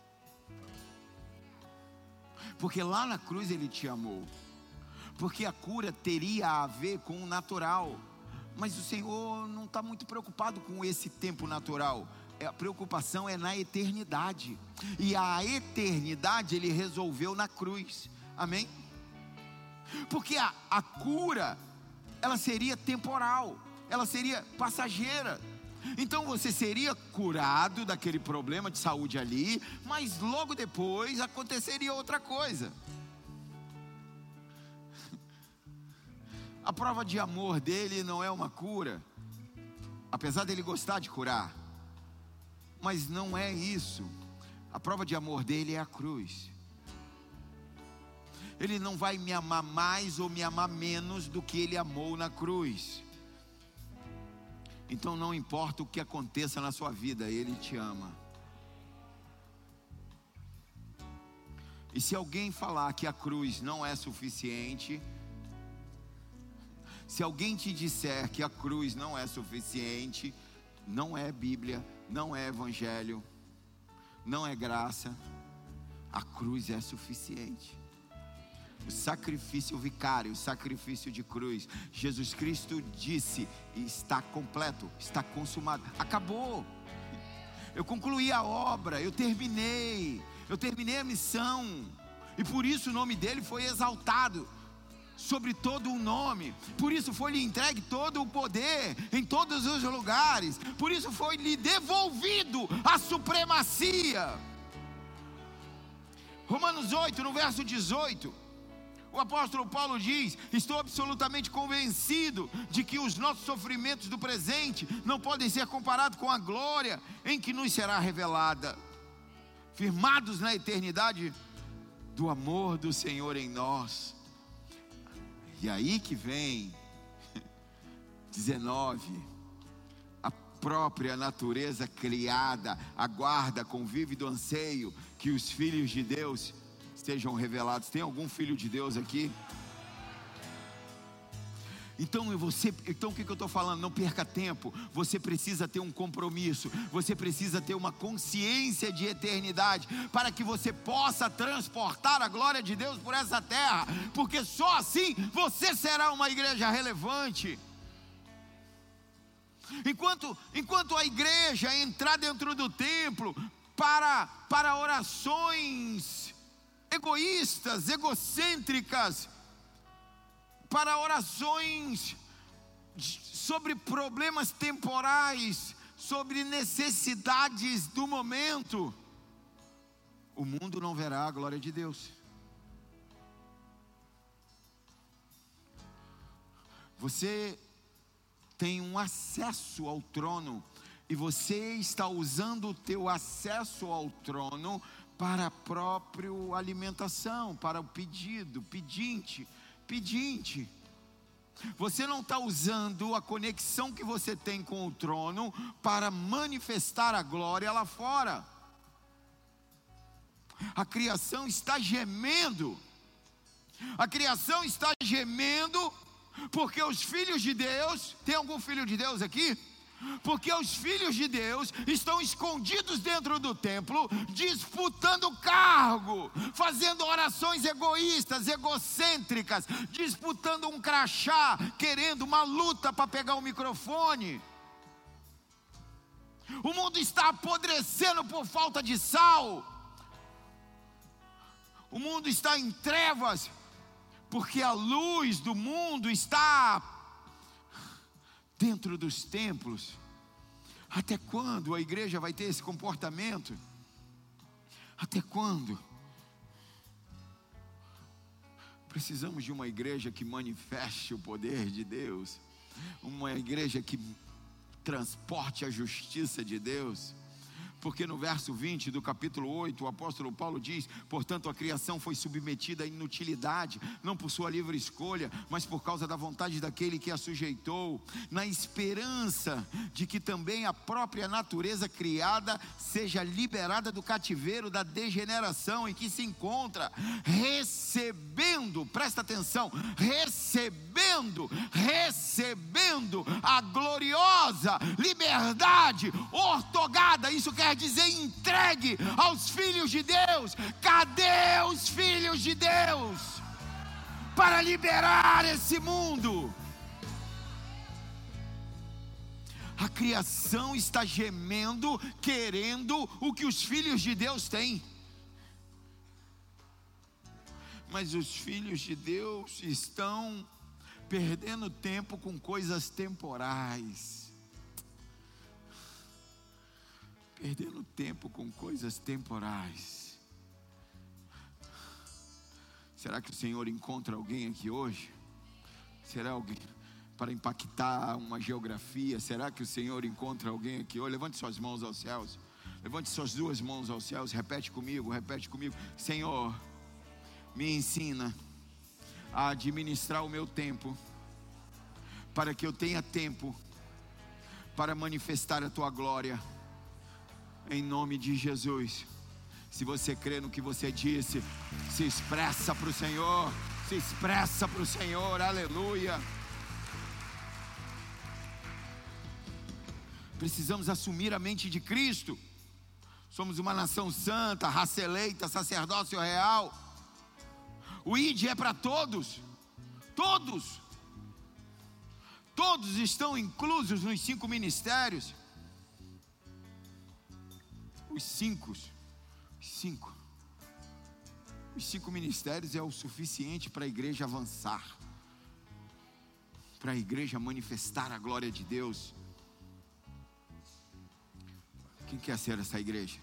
Porque lá na cruz Ele te amou. Porque a cura teria a ver com o natural. Mas o Senhor não está muito preocupado com esse tempo natural. A preocupação é na eternidade. E a eternidade Ele resolveu na cruz. Amém? Porque a, a cura, ela seria temporal. Ela seria passageira. Então você seria curado daquele problema de saúde ali, mas logo depois aconteceria outra coisa. A prova de amor dele não é uma cura, apesar dele gostar de curar, mas não é isso. A prova de amor dele é a cruz. Ele não vai me amar mais ou me amar menos do que Ele amou na cruz. Então não importa o que aconteça na sua vida, Ele te ama. E se alguém falar que a cruz não é suficiente, se alguém te disser que a cruz não é suficiente, não é Bíblia, não é Evangelho, não é graça, a cruz é suficiente. O sacrifício vicário, o sacrifício de cruz, Jesus Cristo disse: está completo, está consumado, acabou. Eu concluí a obra, eu terminei, eu terminei a missão, e por isso o nome dele foi exaltado sobre todo o nome, por isso foi-lhe entregue todo o poder em todos os lugares, por isso foi-lhe devolvido a supremacia. Romanos oito, no verso dezoito, o apóstolo Paulo diz: estou absolutamente convencido de que os nossos sofrimentos do presente não podem ser comparados com a glória em que nos será revelada, firmados na eternidade do amor do Senhor em nós. E aí que vem dezenove, a própria natureza criada aguarda com vívido anseio que os filhos de Deus sejam revelados. Tem algum filho de Deus aqui? Então, você, então o que eu estou falando? Não perca tempo. Você precisa ter um compromisso. Você precisa ter uma consciência de eternidade, para que você possa transportar a glória de Deus por essa terra. Porque só assim você será uma igreja relevante. Enquanto, enquanto a igreja entrar dentro do templo para, para orações egoístas, egocêntricas, para orações sobre problemas temporais, sobre necessidades do momento, o mundo não verá a glória de Deus. Você tem um acesso ao trono, e você está usando o teu acesso ao trono para a própria alimentação, para o pedido, pedinte, pedinte. Você não está usando a conexão que você tem com o trono para manifestar a glória lá fora. A criação está gemendo, a criação está gemendo, porque os filhos de Deus, tem algum filho de Deus aqui? Porque os filhos de Deus estão escondidos dentro do templo, disputando cargo, fazendo orações egoístas, egocêntricas, disputando um crachá, querendo uma luta para pegar o microfone. O mundo está apodrecendo por falta de sal. O mundo está em trevas, porque a luz do mundo está dentro dos templos. Até quando a igreja vai ter esse comportamento? Até quando? Precisamos de uma igreja que manifeste o poder de Deus, uma igreja que transporte a justiça de Deus, Porque no verso vinte do capítulo oito, o apóstolo Paulo diz: portanto a criação foi submetida à inutilidade, não por sua livre escolha, mas por causa da vontade daquele que a sujeitou, na esperança de que também a própria natureza criada seja liberada do cativeiro da degeneração em que se encontra, recebendo, presta atenção, recebendo, recebendo a gloriosa liberdade ortogada. Isso quer dizer entregue aos filhos de Deus. Cadê os filhos de Deus para liberar esse mundo? A criação está gemendo, querendo o que os filhos de Deus têm. Mas os filhos de Deus estão perdendo tempo com coisas temporais. Perdendo tempo com coisas temporais. Será que o Senhor encontra alguém aqui hoje? Será alguém para impactar uma geografia? Será que o Senhor encontra alguém aqui hoje? Levante suas mãos aos céus. Levante suas duas mãos aos céus. Repete comigo, repete comigo. Senhor, me ensina a administrar o meu tempo, para que eu tenha tempo para manifestar a tua glória, em nome de Jesus. Se você crê no que você disse, se expressa para o Senhor, se expressa para o Senhor, aleluia. Precisamos assumir a mente de Cristo. Somos uma nação santa, raça eleita, sacerdócio real. O I D é para todos, todos, todos estão inclusos nos cinco ministérios. Os cinco, os cinco, os cinco ministérios é o suficiente para a igreja avançar, para a igreja manifestar a glória de Deus. Quem quer ser essa igreja?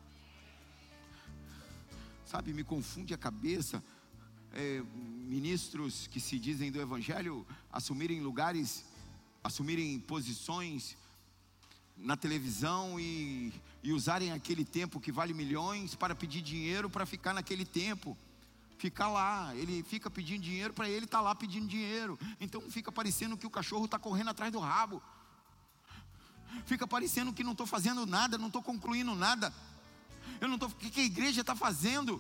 Sabe, me confunde a cabeça. É, ministros que se dizem do evangelho assumirem lugares, assumirem posições na televisão e, e usarem aquele tempo que vale milhões para pedir dinheiro para ficar naquele tempo, ficar lá. Ele fica pedindo dinheiro para ele estar lá pedindo dinheiro. Então fica parecendo que o cachorro está correndo atrás do rabo, fica parecendo que não estou fazendo nada, não estou concluindo nada. Eu não tô, o que, que a igreja está fazendo?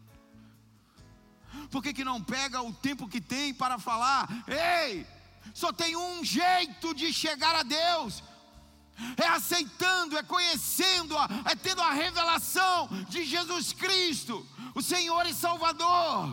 Por que que não pega o tempo que tem para falar: ei, só tem um jeito de chegar a Deus, é aceitando, é conhecendo, é tendo a revelação de Jesus Cristo, o Senhor e Salvador.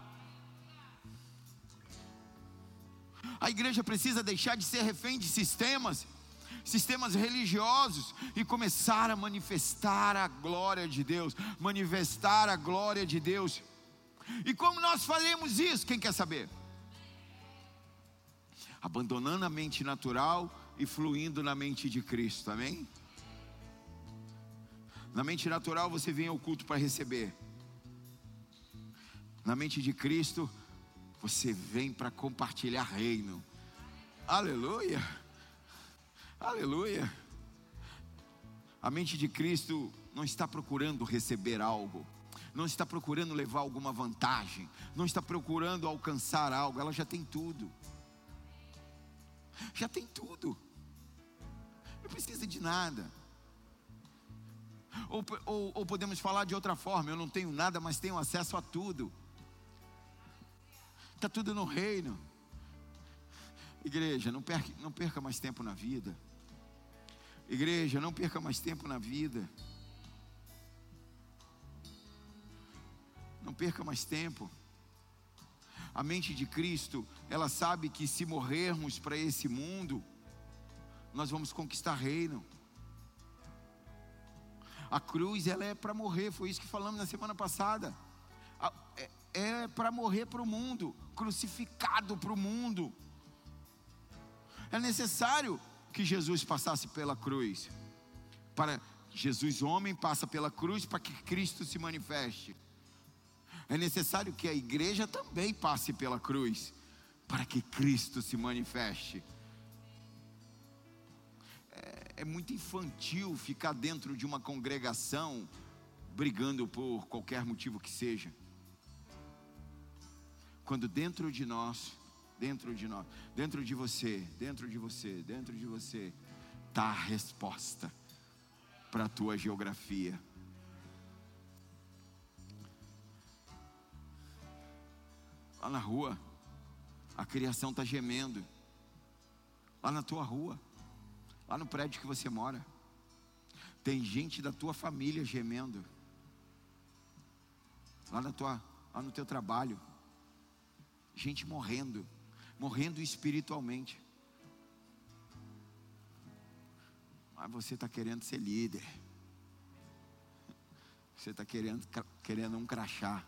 A igreja precisa deixar de ser refém de sistemas, sistemas religiosos, e começar a manifestar a glória de Deus, manifestar a glória de Deus. E como nós faremos isso? Quem quer saber? Abandonando a mente natural e fluindo na mente de Cristo, amém? Na mente natural você vem ao culto para receber. Na mente de Cristo você vem para compartilhar reino. Aleluia, aleluia. A mente de Cristo não está procurando receber algo, não está procurando levar alguma vantagem, não está procurando alcançar algo. Ela já tem tudo, já tem tudo, não precisa de nada. Ou, ou, ou podemos falar de outra forma: eu não tenho nada, mas tenho acesso a tudo. Está tudo no reino. Igreja, não perca, não perca mais tempo na vida. Igreja, não perca mais tempo na vida. Não perca mais tempo. A mente de Cristo, ela sabe que se morrermos para esse mundo, nós vamos conquistar reino. A cruz, ela é para morrer, foi isso que falamos na semana passada. É, é para morrer para o mundo, crucificado para o mundo. É necessário que Jesus passasse pela cruz. Para Jesus, homem, passa pela cruz para que Cristo se manifeste. É necessário que a igreja também passe pela cruz para que Cristo se manifeste. É, é muito infantil ficar dentro de uma congregação brigando por qualquer motivo que seja. Quando dentro de nós, dentro de nós, dentro de você, dentro de você, dentro de você, está a resposta para a tua geografia. Lá na rua, a criação está gemendo. Lá na tua rua, lá no prédio que você mora, tem gente da tua família gemendo. Lá, na tua, lá no teu trabalho, gente morrendo, morrendo espiritualmente. Mas você está querendo ser líder, você está querendo, querendo um crachá.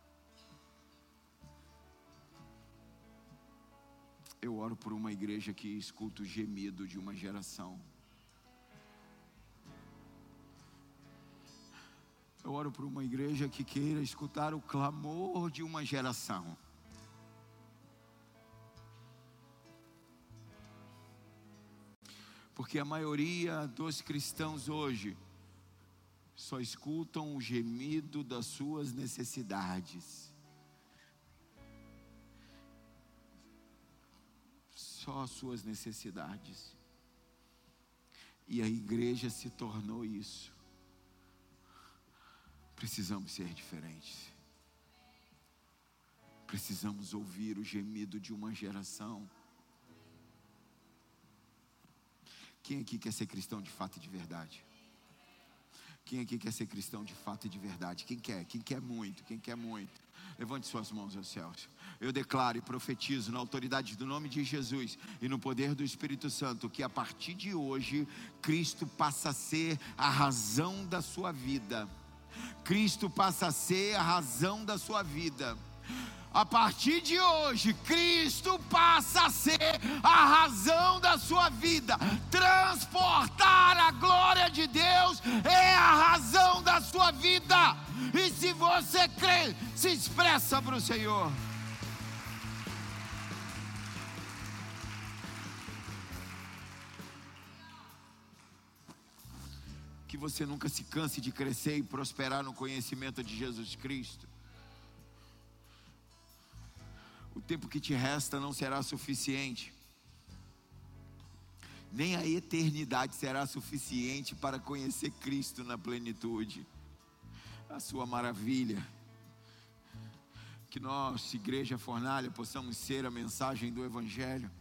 Eu oro por uma igreja que escuta o gemido de uma geração. Eu oro por uma igreja que queira escutar o clamor de uma geração. Porque a maioria dos cristãos hoje só escutam o gemido das suas necessidades. Só as suas necessidades. E a igreja se tornou isso. Precisamos ser diferentes. Precisamos ouvir o gemido de uma geração. Quem aqui quer ser cristão de fato e de verdade? Quem aqui quer ser cristão de fato e de verdade? Quem quer? Quem quer muito? Quem quer muito? Levante suas mãos aos céus. Eu declaro e profetizo na autoridade do nome de Jesus e no poder do Espírito Santo que a partir de hoje Cristo passa a ser a razão da sua vida. Cristo passa a ser a razão da sua vida. A partir de hoje, Cristo passa a ser a razão da sua vida. Transportar a glória de Deus é a razão da sua vida. E se você crê, se expressa para o Senhor. Que você nunca se canse de crescer e prosperar no conhecimento de Jesus Cristo. O tempo que te resta não será suficiente, nem a eternidade será suficiente para conhecer Cristo na plenitude, a sua maravilha. Que nós, Igreja Fornalha, possamos ser a mensagem do Evangelho.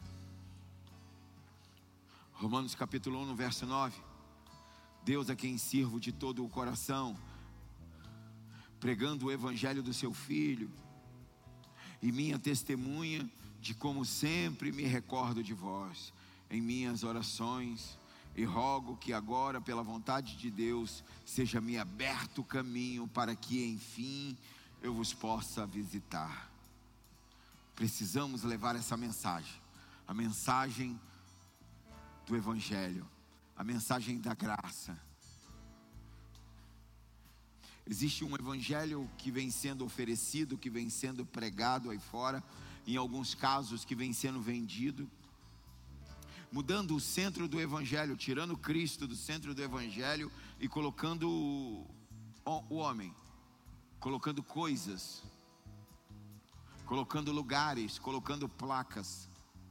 Romanos capítulo um, no verso nove. Deus a quem sirvo de todo o coração, pregando o Evangelho do seu Filho, e minha testemunha de como sempre me recordo de vós em minhas orações, e rogo que agora, pela vontade de Deus, seja-me aberto o caminho para que enfim eu vos possa visitar. Precisamos levar essa mensagem, a mensagem do Evangelho, a mensagem da graça. Existe um evangelho que vem sendo oferecido, que vem sendo pregado aí fora, em alguns casos que vem sendo vendido, mudando o centro do evangelho, tirando Cristo do centro do evangelho e colocando o, o homem, colocando coisas, colocando lugares, colocando placas.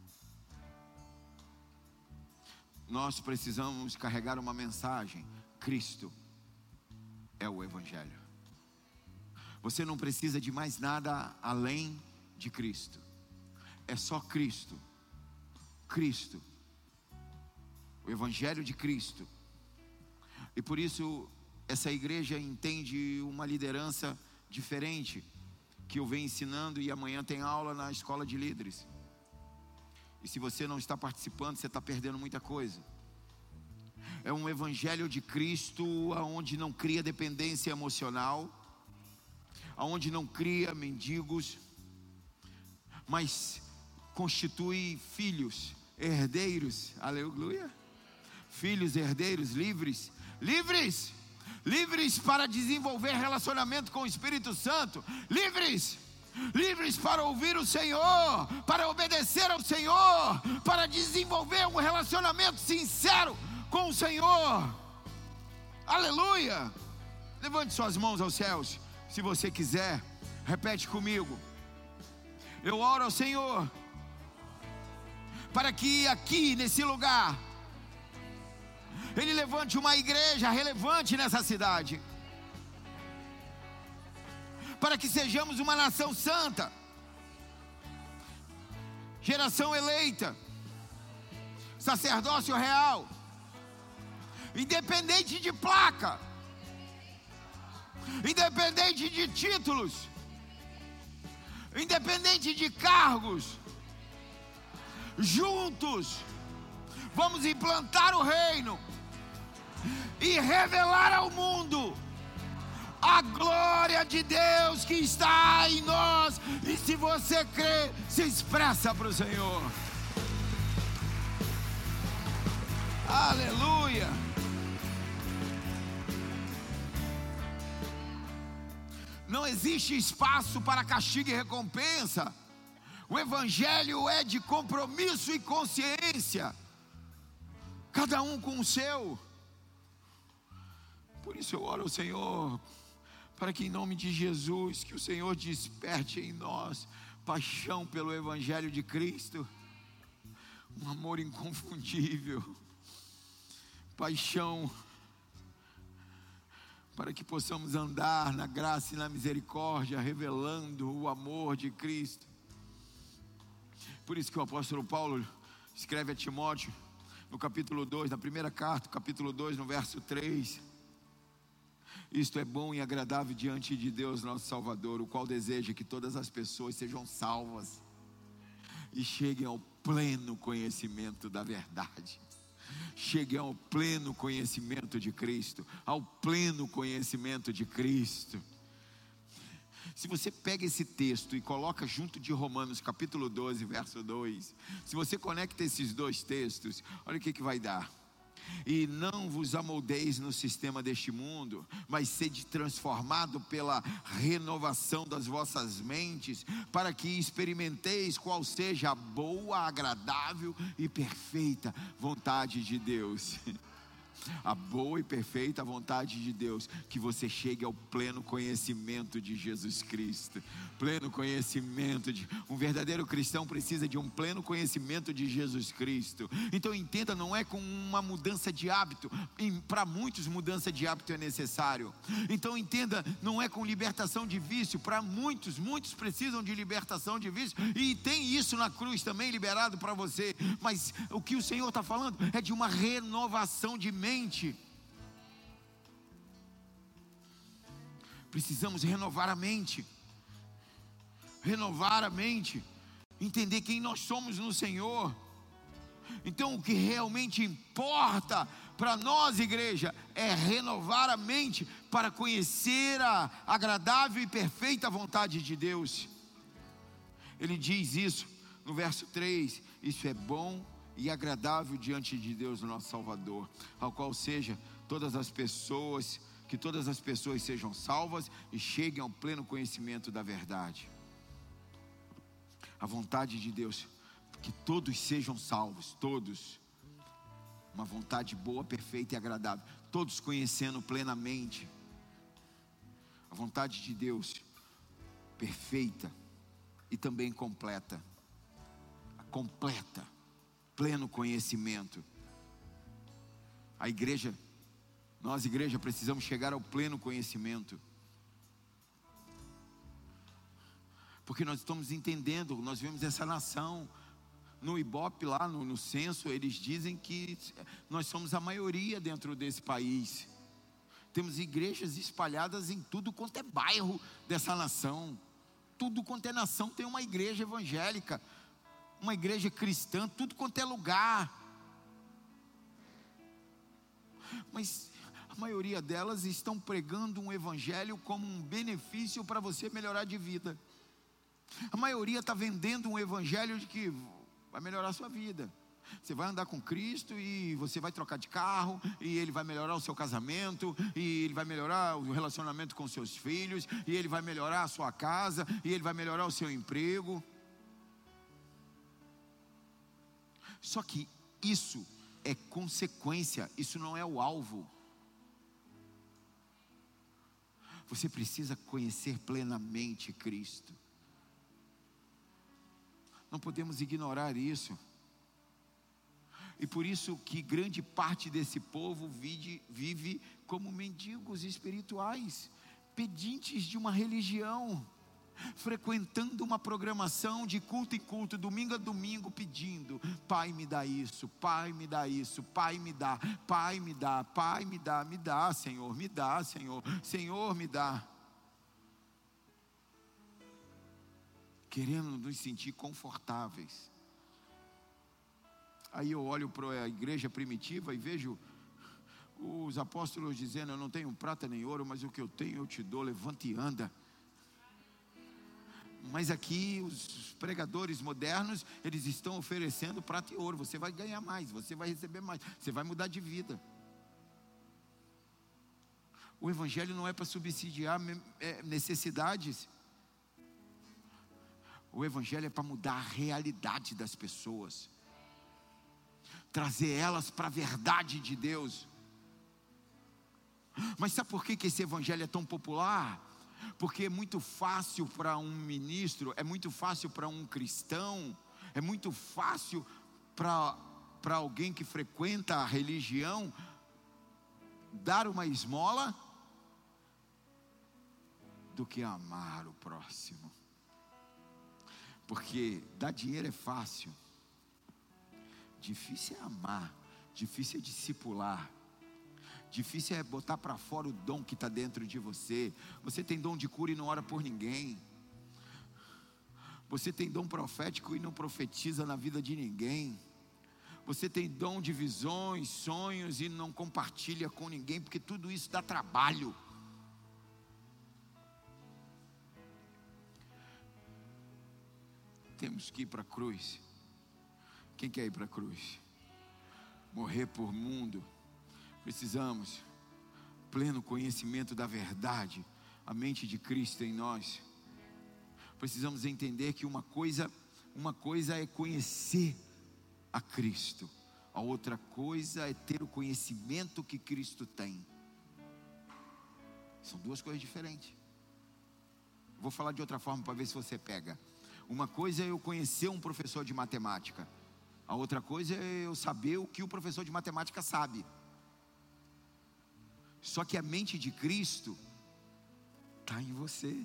Nós precisamos carregar uma mensagem: Cristo é o Evangelho. Você não precisa de mais nada além de Cristo. É só Cristo. Cristo. O Evangelho de Cristo. E por isso essa igreja entende uma liderança diferente, que eu venho ensinando, e amanhã tem aula na escola de líderes. E se você não está participando, você está perdendo muita coisa. É um evangelho de Cristo onde não cria dependência emocional, onde não cria mendigos, mas constitui filhos, herdeiros, aleluia, filhos, herdeiros, livres, livres, livres para desenvolver relacionamento com o Espírito Santo, livres, livres para ouvir o Senhor, para obedecer ao Senhor, para desenvolver um relacionamento sincero com o Senhor. Aleluia! Levante suas mãos aos céus, se você quiser. Repete comigo. Eu oro ao Senhor para que aqui nesse lugar Ele levante uma igreja relevante nessa cidade, para que sejamos uma nação santa, geração eleita, sacerdócio real, independente de placa, independente de títulos, independente de cargos. Juntos vamos implantar o reino e revelar ao mundo a glória de Deus que está em nós. E se você crê, se expressa para o Senhor. Aleluia. Não existe espaço para castigo e recompensa. O evangelho é de compromisso e consciência, cada um com o seu. Por isso eu oro ao Senhor, para que em nome de Jesus, que o Senhor desperte em nós paixão pelo evangelho de Cristo, um amor inconfundível, paixão, para que possamos andar na graça e na misericórdia, revelando o amor de Cristo. Por isso que o apóstolo Paulo escreve a Timóteo, no capítulo dois, na primeira carta, capítulo dois, no verso três: isto é bom e agradável diante de Deus nosso Salvador, o qual deseja que todas as pessoas sejam salvas e cheguem ao pleno conhecimento da verdade. Cheguem ao pleno conhecimento de Cristo, ao pleno conhecimento de Cristo. Se você pega esse texto e coloca junto de Romanos capítulo doze, verso dois, se você conecta esses dois textos, olha o que que vai dar. E não vos amoldeis no sistema deste mundo, mas sede transformado pela renovação das vossas mentes, para que experimenteis qual seja a boa, agradável e perfeita vontade de Deus. A boa e perfeita vontade de Deus, que você chegue ao pleno conhecimento de Jesus Cristo. Pleno conhecimento de... Um verdadeiro cristão precisa de um pleno conhecimento de Jesus Cristo. Então entenda, não é com uma mudança de hábito. Para muitos mudança de hábito é necessário. Então entenda, não é com libertação de vício. Para muitos, muitos precisam de libertação de vício, e tem isso na cruz também liberado para você. Mas o que o Senhor está falando é de uma renovação de mente. Precisamos renovar a mente, renovar a mente, entender quem nós somos no Senhor. Então o que realmente importa para nós, igreja, é renovar a mente para conhecer a agradável e perfeita vontade de Deus. Ele diz isso no verso três: isso é bom e agradável diante de Deus nosso Salvador, ao qual seja todas as pessoas, que todas as pessoas sejam salvas e cheguem ao pleno conhecimento da verdade. A vontade de Deus, que todos sejam salvos, todos, uma vontade boa, perfeita e agradável, todos conhecendo plenamente a vontade de Deus, perfeita e também completa, completa, pleno conhecimento. A igreja, nós igreja precisamos chegar ao pleno conhecimento, porque nós estamos entendendo, nós vemos essa nação, no Ibope lá no, no censo, eles dizem que nós somos a maioria dentro desse país, temos igrejas espalhadas em tudo quanto é bairro dessa nação, tudo quanto é nação tem uma igreja evangélica, uma igreja cristã, tudo quanto é lugar. Mas a maioria delas estão pregando um evangelho como um benefício para você melhorar de vida. A maioria está vendendo um evangelho de que vai melhorar a sua vida. Você vai andar com Cristo e você vai trocar de carro, e Ele vai melhorar o seu casamento, e Ele vai melhorar o relacionamento com seus filhos, e Ele vai melhorar a sua casa, e Ele vai melhorar o seu emprego. Só que isso é consequência, isso não é o alvo. Você precisa conhecer plenamente Cristo. Não podemos ignorar isso. E por isso que grande parte desse povo vive, vive como mendigos espirituais, pedintes de uma religião, frequentando uma programação de culto em culto, domingo a domingo, pedindo: Pai, me dá isso, Pai, me dá isso, Pai, me dá, Pai, me dá, Pai, me dá, me dá, Senhor, me dá, Senhor, Senhor, me dá. Querendo nos sentir confortáveis. Aí eu olho para a igreja primitiva e vejo os apóstolos dizendo: eu não tenho prata nem ouro, mas o que eu tenho eu te dou, levanta e anda. Mas aqui os pregadores modernos, eles estão oferecendo prata e ouro. Você vai ganhar mais, você vai receber mais, você vai mudar de vida. O evangelho não é para subsidiar necessidades. O evangelho é para mudar a realidade das pessoas, trazer elas para a verdade de Deus. Mas sabe por que que esse evangelho é tão popular? Porque é muito fácil para um ministro, é muito fácil para um cristão, é muito fácil para para alguém que frequenta a religião dar uma esmola do que amar o próximo. Porque dar dinheiro é fácil, difícil é amar, difícil é discipular, difícil é botar para fora o dom que está dentro de você. Você tem dom de cura e não ora por ninguém. Você tem dom profético e não profetiza na vida de ninguém. Você tem dom de visões, sonhos e não compartilha com ninguém, porque tudo isso dá trabalho. Temos que ir para a cruz. Quem quer ir para a cruz? Morrer por mundo. Precisamos pleno conhecimento da verdade, a mente de Cristo em nós. Precisamos entender que uma coisa, uma coisa é conhecer a Cristo, a outra coisa é ter o conhecimento que Cristo tem. São duas coisas diferentes. Vou falar de outra forma para ver se você pega. Uma coisa é eu conhecer um professor de matemática, a outra coisa é eu saber o que o professor de matemática sabe. Só que a mente de Cristo está em você,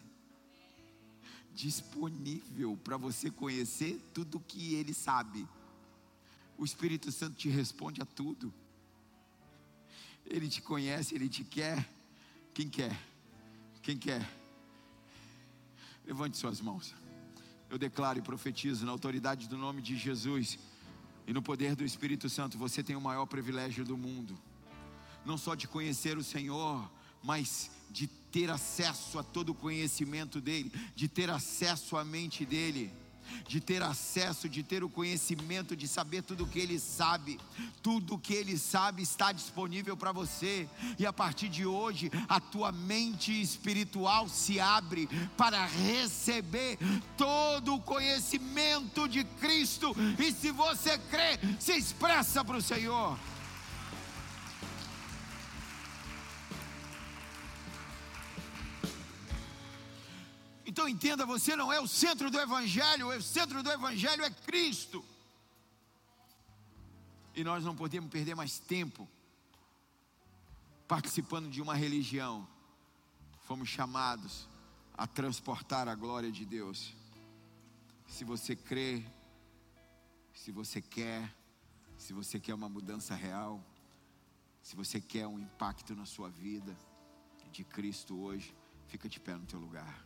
disponível para você conhecer tudo o que Ele sabe. O Espírito Santo te responde a tudo. Ele te conhece, Ele te quer. Quem quer? Quem quer? Levante suas mãos. Eu declaro e profetizo na autoridade do nome de Jesus e no poder do Espírito Santo, você tem o maior privilégio do mundo. Não só de conhecer o Senhor, mas de ter acesso a todo o conhecimento dEle, de ter acesso à mente dEle, de ter acesso, de ter o conhecimento, de saber tudo o que Ele sabe. Tudo o que Ele sabe está disponível para você. E a partir de hoje, a tua mente espiritual se abre para receber todo o conhecimento de Cristo. E se você crê, se expressa para o Senhor. Então entenda, você não é o centro do Evangelho, o centro do Evangelho é Cristo. E nós não podemos perder mais tempo participando de uma religião. Fomos chamados a transportar a glória de Deus. Se você crê, se você quer, se você quer uma mudança real, se você quer um impacto na sua vida de Cristo hoje, fica de pé no teu lugar.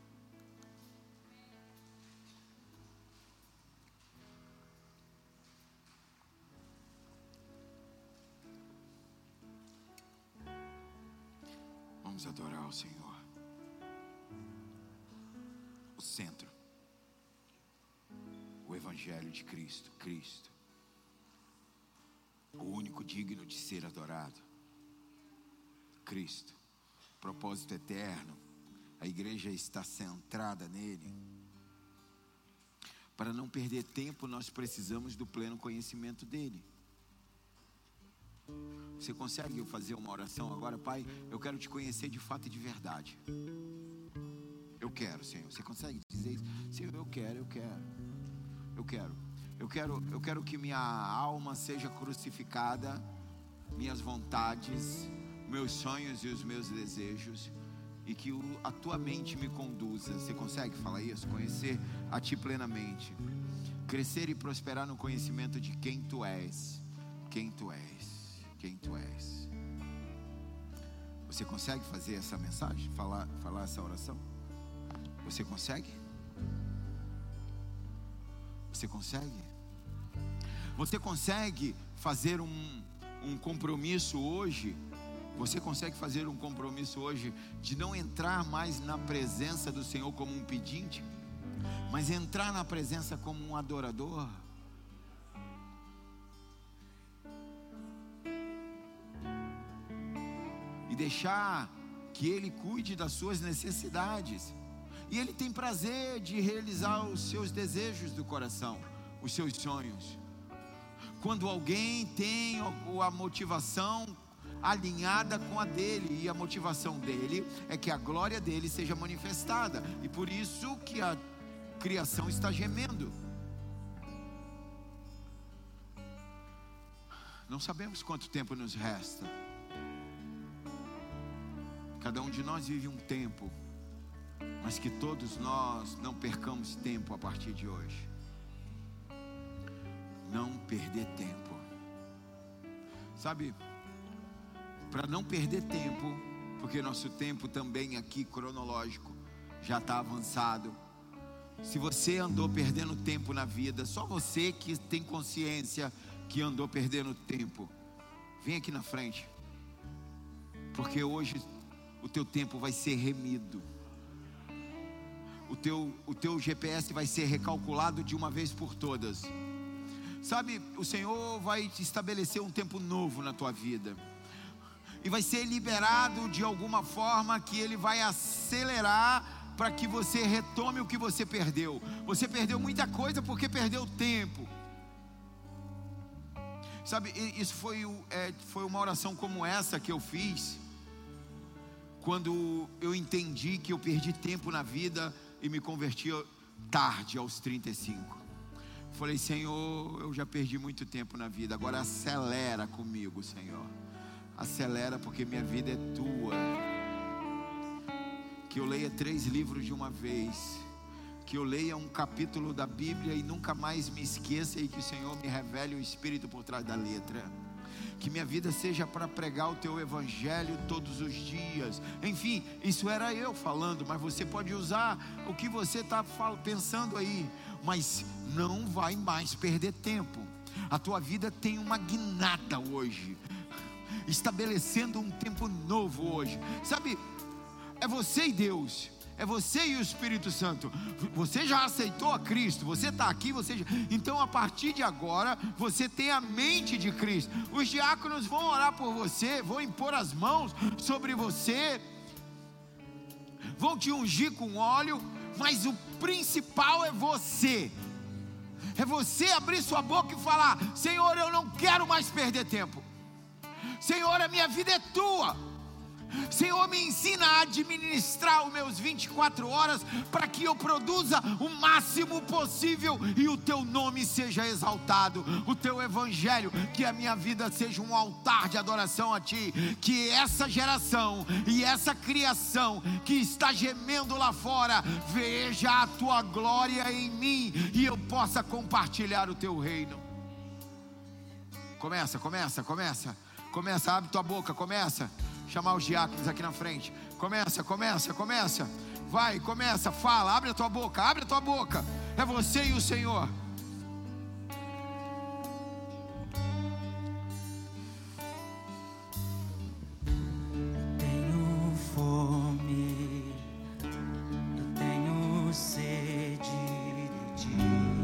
Vamos adorar o Senhor. O centro, o Evangelho de Cristo, Cristo, o único digno de ser adorado, Cristo, propósito eterno. A igreja está centrada nele. Para não perder tempo, nós precisamos do pleno conhecimento dele. Você consegue fazer uma oração agora? Pai, eu quero te conhecer de fato e de verdade. Eu quero, Senhor. Você consegue dizer isso? Senhor, eu quero, eu quero. Eu quero. Eu quero, eu quero que minha alma seja crucificada, minhas vontades, meus sonhos e os meus desejos, e que a tua mente me conduza. Você consegue falar isso? Conhecer a ti plenamente. Crescer e prosperar no conhecimento de quem tu és. Quem tu és. Quem tu és. Você consegue fazer essa mensagem? Falar, falar essa oração? Você consegue? Você consegue? Você consegue fazer um, um compromisso hoje? Você consegue fazer um compromisso hoje de não entrar mais na presença do Senhor como um pedinte, mas entrar na presença como um adorador? E deixar que Ele cuide das suas necessidades. E Ele tem prazer de realizar os seus desejos do coração, os seus sonhos. Quando alguém tem a motivação alinhada com a dele, e a motivação dele é que a glória dele seja manifestada, e por isso que a criação está gemendo. Não sabemos quanto tempo nos resta. Cada um de nós vive um tempo, mas que todos nós não percamos tempo a partir de hoje. Não perder tempo. Sabe, para não perder tempo, porque nosso tempo também aqui cronológico já está avançado. Se você andou perdendo tempo na vida, só você que tem consciência que andou perdendo tempo, vem aqui na frente, porque hoje o teu tempo vai ser remido. O teu, o teu G P S vai ser recalculado de uma vez por todas. Sabe, o Senhor vai te estabelecer um tempo novo na tua vida, e vai ser liberado de alguma forma que Ele vai acelerar para que você retome o que você perdeu. Você perdeu muita coisa porque perdeu tempo. Sabe, isso foi, é, foi uma oração como essa que eu fiz quando eu entendi que eu perdi tempo na vida e me converti tarde, aos trinta e cinco. Falei, Senhor, eu já perdi muito tempo na vida, agora acelera comigo, Senhor. Acelera, porque minha vida é tua. Que eu leia três livros de uma vez, que eu leia um capítulo da Bíblia e nunca mais me esqueça, e que o Senhor me revele o Espírito por trás da letra. Que minha vida seja para pregar o teu evangelho todos os dias. Enfim, isso era eu falando, mas você pode usar o que você está pensando aí. Mas não vai mais perder tempo. A tua vida tem uma guinada hoje, estabelecendo um tempo novo hoje. Sabe, é você e Deus, é você e o Espírito Santo. Você já aceitou a Cristo, você está aqui, você já... Então a partir de agora, você tem a mente de Cristo. Os diáconos vão orar por você, vão impor as mãos sobre você, vão te ungir com óleo, mas o principal é você. É você abrir sua boca e falar: Senhor, eu não quero mais perder tempo. Senhor, a minha vida é tua. Senhor, me ensina a administrar os meus vinte e quatro horas, para que eu produza o máximo possível e o teu nome seja exaltado, o teu evangelho, que a minha vida seja um altar de adoração a ti. Que essa geração e essa criação que está gemendo lá fora veja a tua glória em mim, e eu possa compartilhar o teu reino. Começa, começa, começa Começa, abre tua boca, começa. Chamar os diáconos aqui na frente. Começa, começa, começa. Vai, começa, fala, abre a tua boca, abre a tua boca. É você e o Senhor. Tenho fome, eu tenho sede de ti.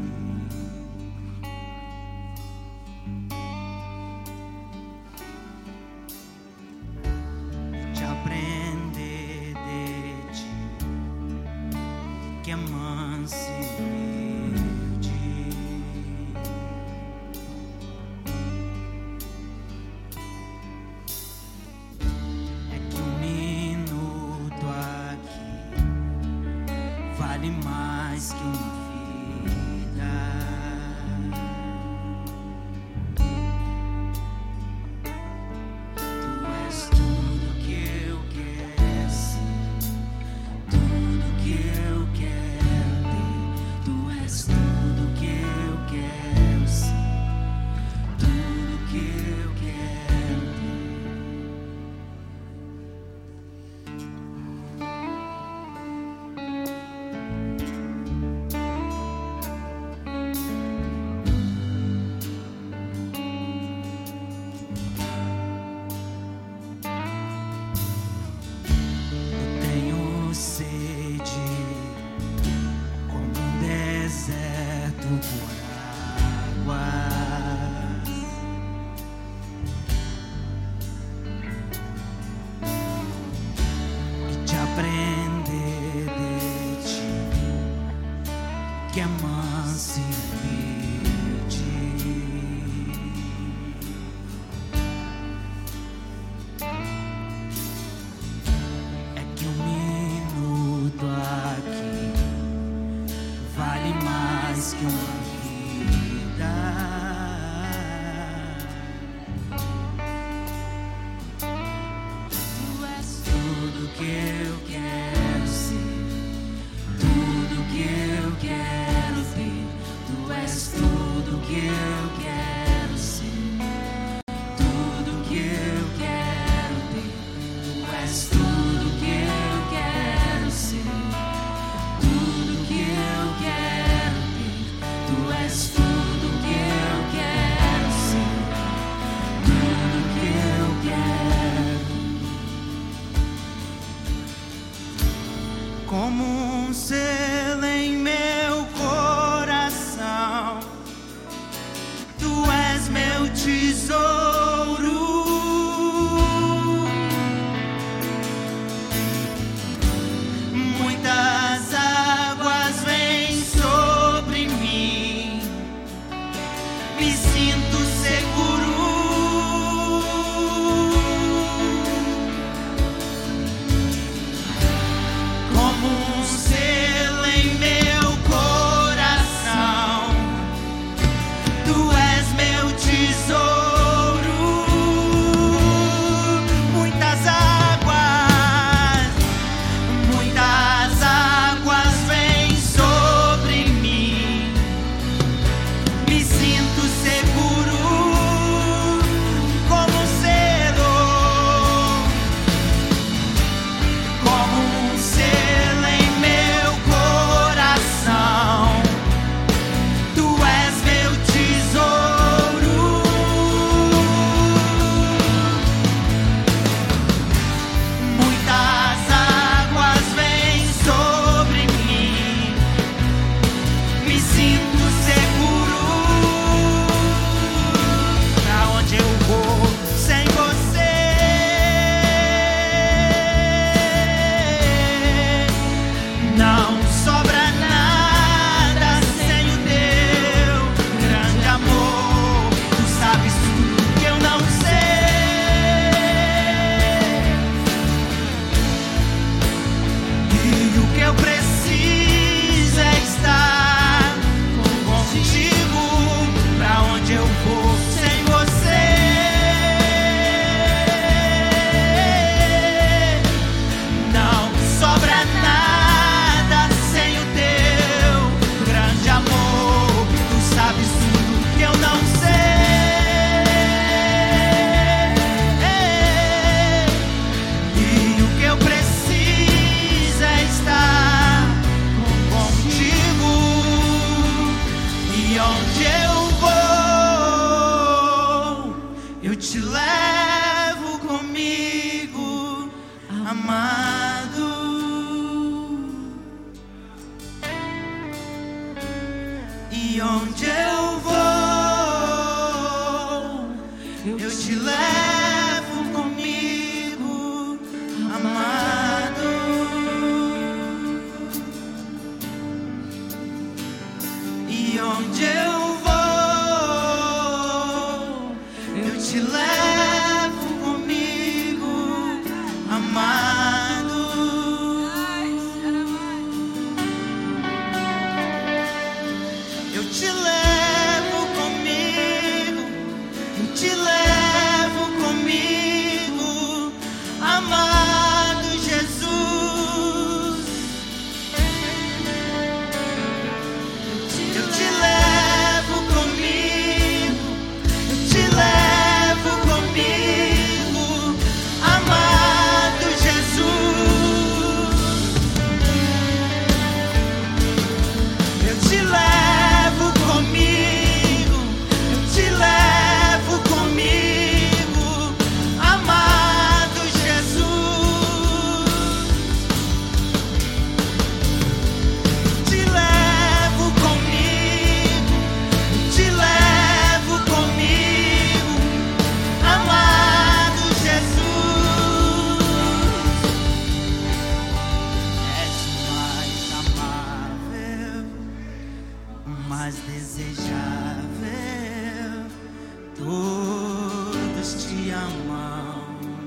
Aprender de ti, que é manso e humilde. vale mais que uma vida. Tu és tudo que eu quero ser, tudo que eu quero ter. Tu és tudo que eu quero ser, tudo que eu quero ter. Eu tenho sede como um deserto por águas. E te aprender de ti, que é manso e humilde. É que um minuto aqui vale mais que uma vida. Tu és tudo que eu quero ser, tudo que eu quero ter. Tu és tudo que eu quero ser, tudo que eu quero ter. Tu és tudo que eu quero ser, tudo que eu quero ter. Tu és tudo que eu quero ser, tudo que eu quero. Como um selo em meu coração, tu és meu tesouro. Muitas águas vêm sobre mim, me sinto seguro. Como um selo em meu coração, tu és meu tesouro. Muitas águas, muitas águas vêm sobre mim, me sinto seguro. Como um selo, como um selo em meu coração, tu és meu tesouro. Muitas águas vêm sobre mim, me sinto seguro. Pra onde eu vou sem você? Não sobra nada sem o teu grande amor. Tu sabes tudo que eu não sei, e o que eu preciso é estar contigo. Pra onde eu vou sem você? Não sobra nada sem o teu grande amor. Tu sabes tudo que eu não sei, e o que eu preciso é estar contigo. E onde eu vou, eu te levo comigo, amado. E onde eu vou, eu te levo comigo, amado. E onde eu vou, eu te levo comigo, amado. mais desejável, todos te amam.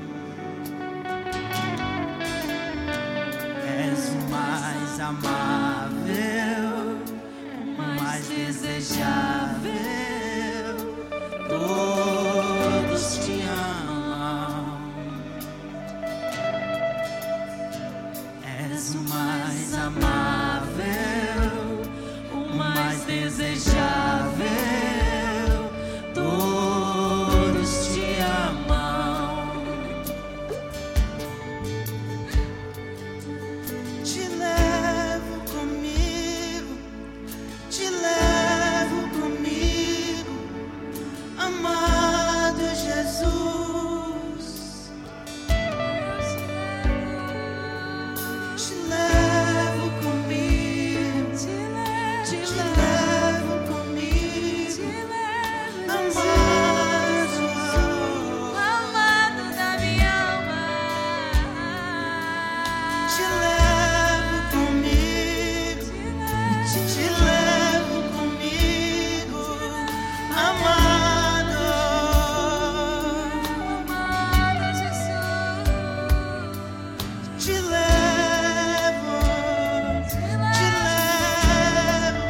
És o mais amável, o mais desejável, todos te amam. És o mais amável, o mais desejável, todos te amam. Te levo comigo, te levo comigo, amado Jesus. Te levo comigo, te levo comigo, amado, amado da minha alma. Te levo comigo, te levo comigo, amado, amado Jesus. Te levo, te levo,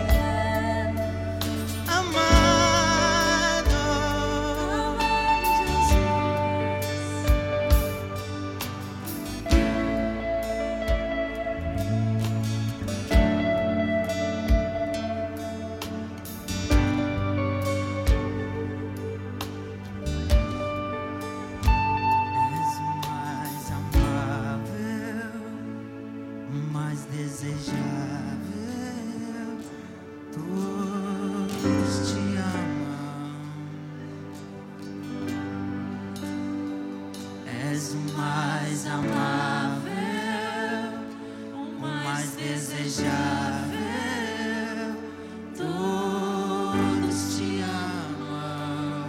amado, amado Jesus. És o mais amável, o mais desejável, todos te amam. És o mais amável, o mais desejável, todos te amam.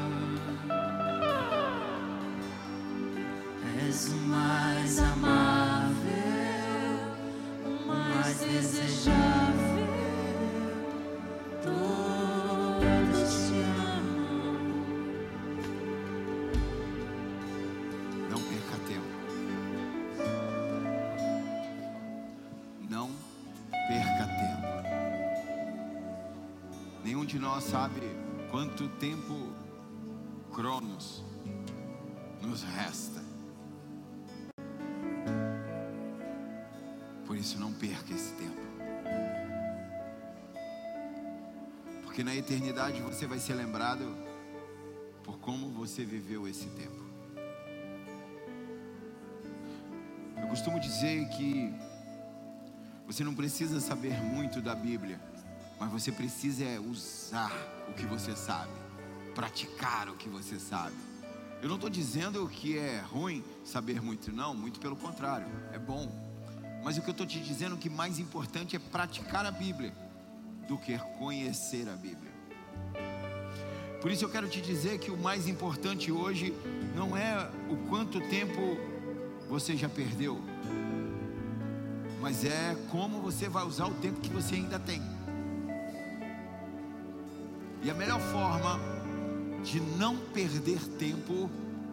És o mais amável, o mais desejável, todos te amam. Não perca tempo. Não perca tempo. Nenhum de nós sabe quanto tempo Cronos nos resta. Por isso, não perca esse tempo. Porque na eternidade você vai ser lembrado por como você viveu esse tempo. Eu costumo dizer que você não precisa saber muito da Bíblia, mas você precisa é usar o que você sabe, praticar o que você sabe. Eu não estou dizendo que é ruim saber muito, não, muito pelo contrário, é bom. Mas o que eu estou te dizendo, que mais importante é praticar a Bíblia do que conhecer a Bíblia. Por isso eu quero te dizer que o mais importante hoje não é o quanto tempo você já perdeu, mas é como você vai usar o tempo que você ainda tem. E a melhor forma de não perder tempo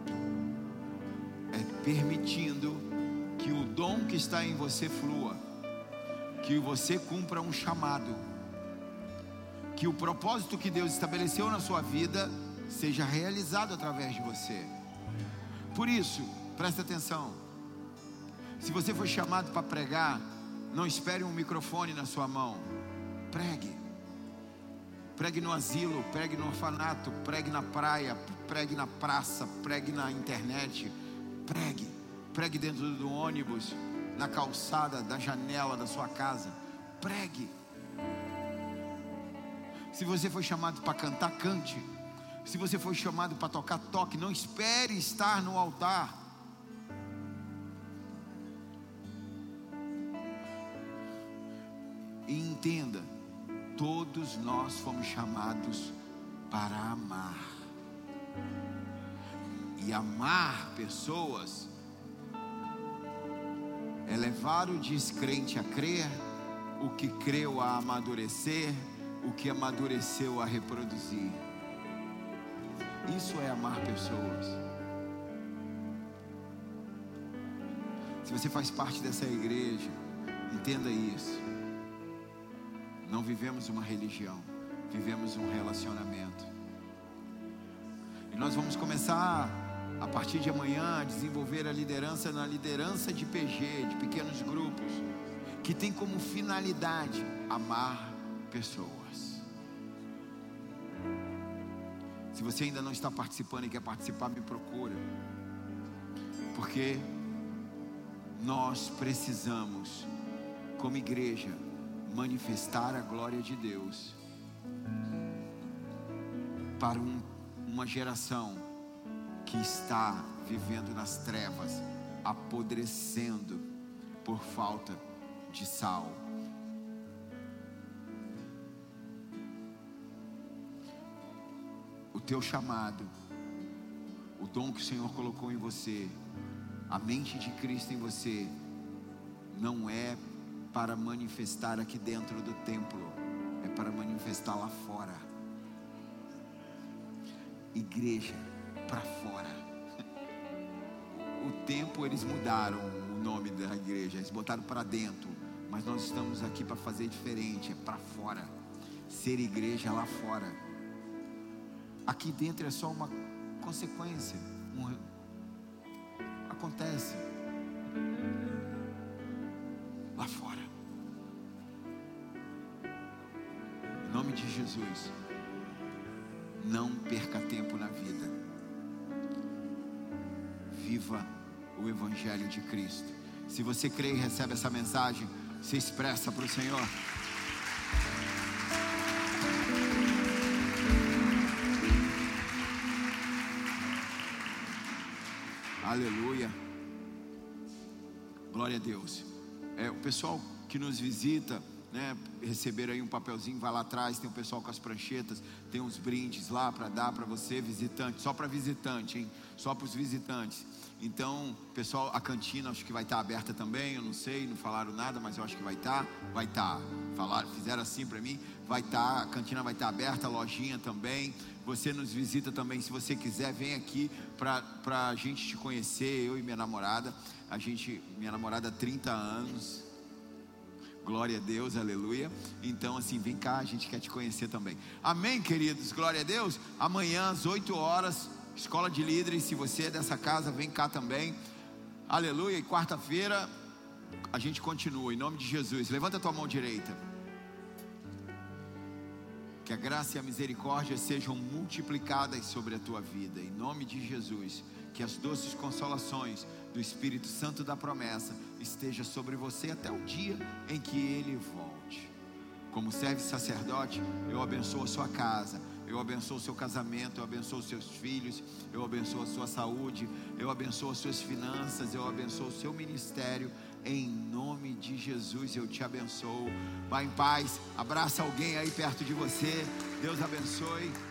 é permitindo que o dom que está em você flua, que você cumpra um chamado, que o propósito que Deus estabeleceu na sua vida seja realizado através de você. Por isso, presta atenção. Se você for chamado para pregar, não espere um microfone na sua mão. Pregue. Pregue no asilo, pregue no orfanato, pregue na praia, pregue na praça, pregue na internet. Pregue. Pregue dentro do ônibus, na calçada, da janela da sua casa. Pregue. Se você foi chamado para cantar, cante. Se você foi chamado para tocar, toque. Não espere estar no altar. E entenda, todos nós fomos chamados para amar. E amar pessoas é levar o descrente a crer, o que creu a amadurecer o que amadureceu a reproduzir. Isso é amar pessoas. Se você faz parte dessa igreja, entenda isso. Não vivemos uma religião, vivemos um relacionamento. E nós vamos começar, a partir de amanhã, a desenvolver a liderança na liderança de P G, de pequenos grupos, que tem como finalidade amar pessoas. Se você ainda não está participando e quer participar, me procura. Porque nós precisamos, como igreja, manifestar a glória de Deus para um, uma geração que está vivendo nas trevas, apodrecendo por falta de sal. O teu chamado, o dom que o Senhor colocou em você, a mente de Cristo em você, não é para manifestar aqui dentro do templo, é para manifestar lá fora. Igreja para fora. O tempo eles mudaram o nome da igreja, eles botaram para dentro, mas nós estamos aqui para fazer diferente, é para fora. Ser igreja lá fora. Aqui dentro é só uma consequência. Um... Acontece. Lá fora. Em nome de Jesus. Não perca tempo na vida. Viva o Evangelho de Cristo. Se você crê e recebe essa mensagem, se expressa para o Senhor. Aleluia. Glória a Deus. É, o pessoal que nos visita, né, receberam aí um papelzinho, vai lá atrás, tem o pessoal com as pranchetas, tem uns brindes lá para dar para você, visitante, só para visitante, hein? Só para os visitantes. Então, pessoal, a cantina acho que vai estar aberta também, eu não sei, não falaram nada, mas eu acho que vai estar, vai estar. Falaram, fizeram assim para mim, vai estar, a cantina vai estar aberta, a lojinha também. Você nos visita também, se você quiser, vem aqui para a gente te conhecer, eu e minha namorada. A gente, minha namorada há trinta anos, glória a Deus, aleluia. Então assim, vem cá, a gente quer te conhecer também. Amém, queridos, glória a Deus. Amanhã às oito horas, escola de líderes. Se você é dessa casa, vem cá também, aleluia. E quarta-feira a gente continua, em nome de Jesus. Levanta a tua mão direita. Que a graça e a misericórdia sejam multiplicadas sobre a tua vida, em nome de Jesus. Que as doces consolações do Espírito Santo da promessa esteja sobre você até o dia em que Ele volte. Como servo e sacerdote, eu abençoo a sua casa, eu abençoo o seu casamento, eu abençoo os seus filhos, eu abençoo a sua saúde, eu abençoo as suas finanças, eu abençoo o seu ministério. Em nome de Jesus eu te abençoo. Vá em paz, abraça alguém aí perto de você. Deus abençoe.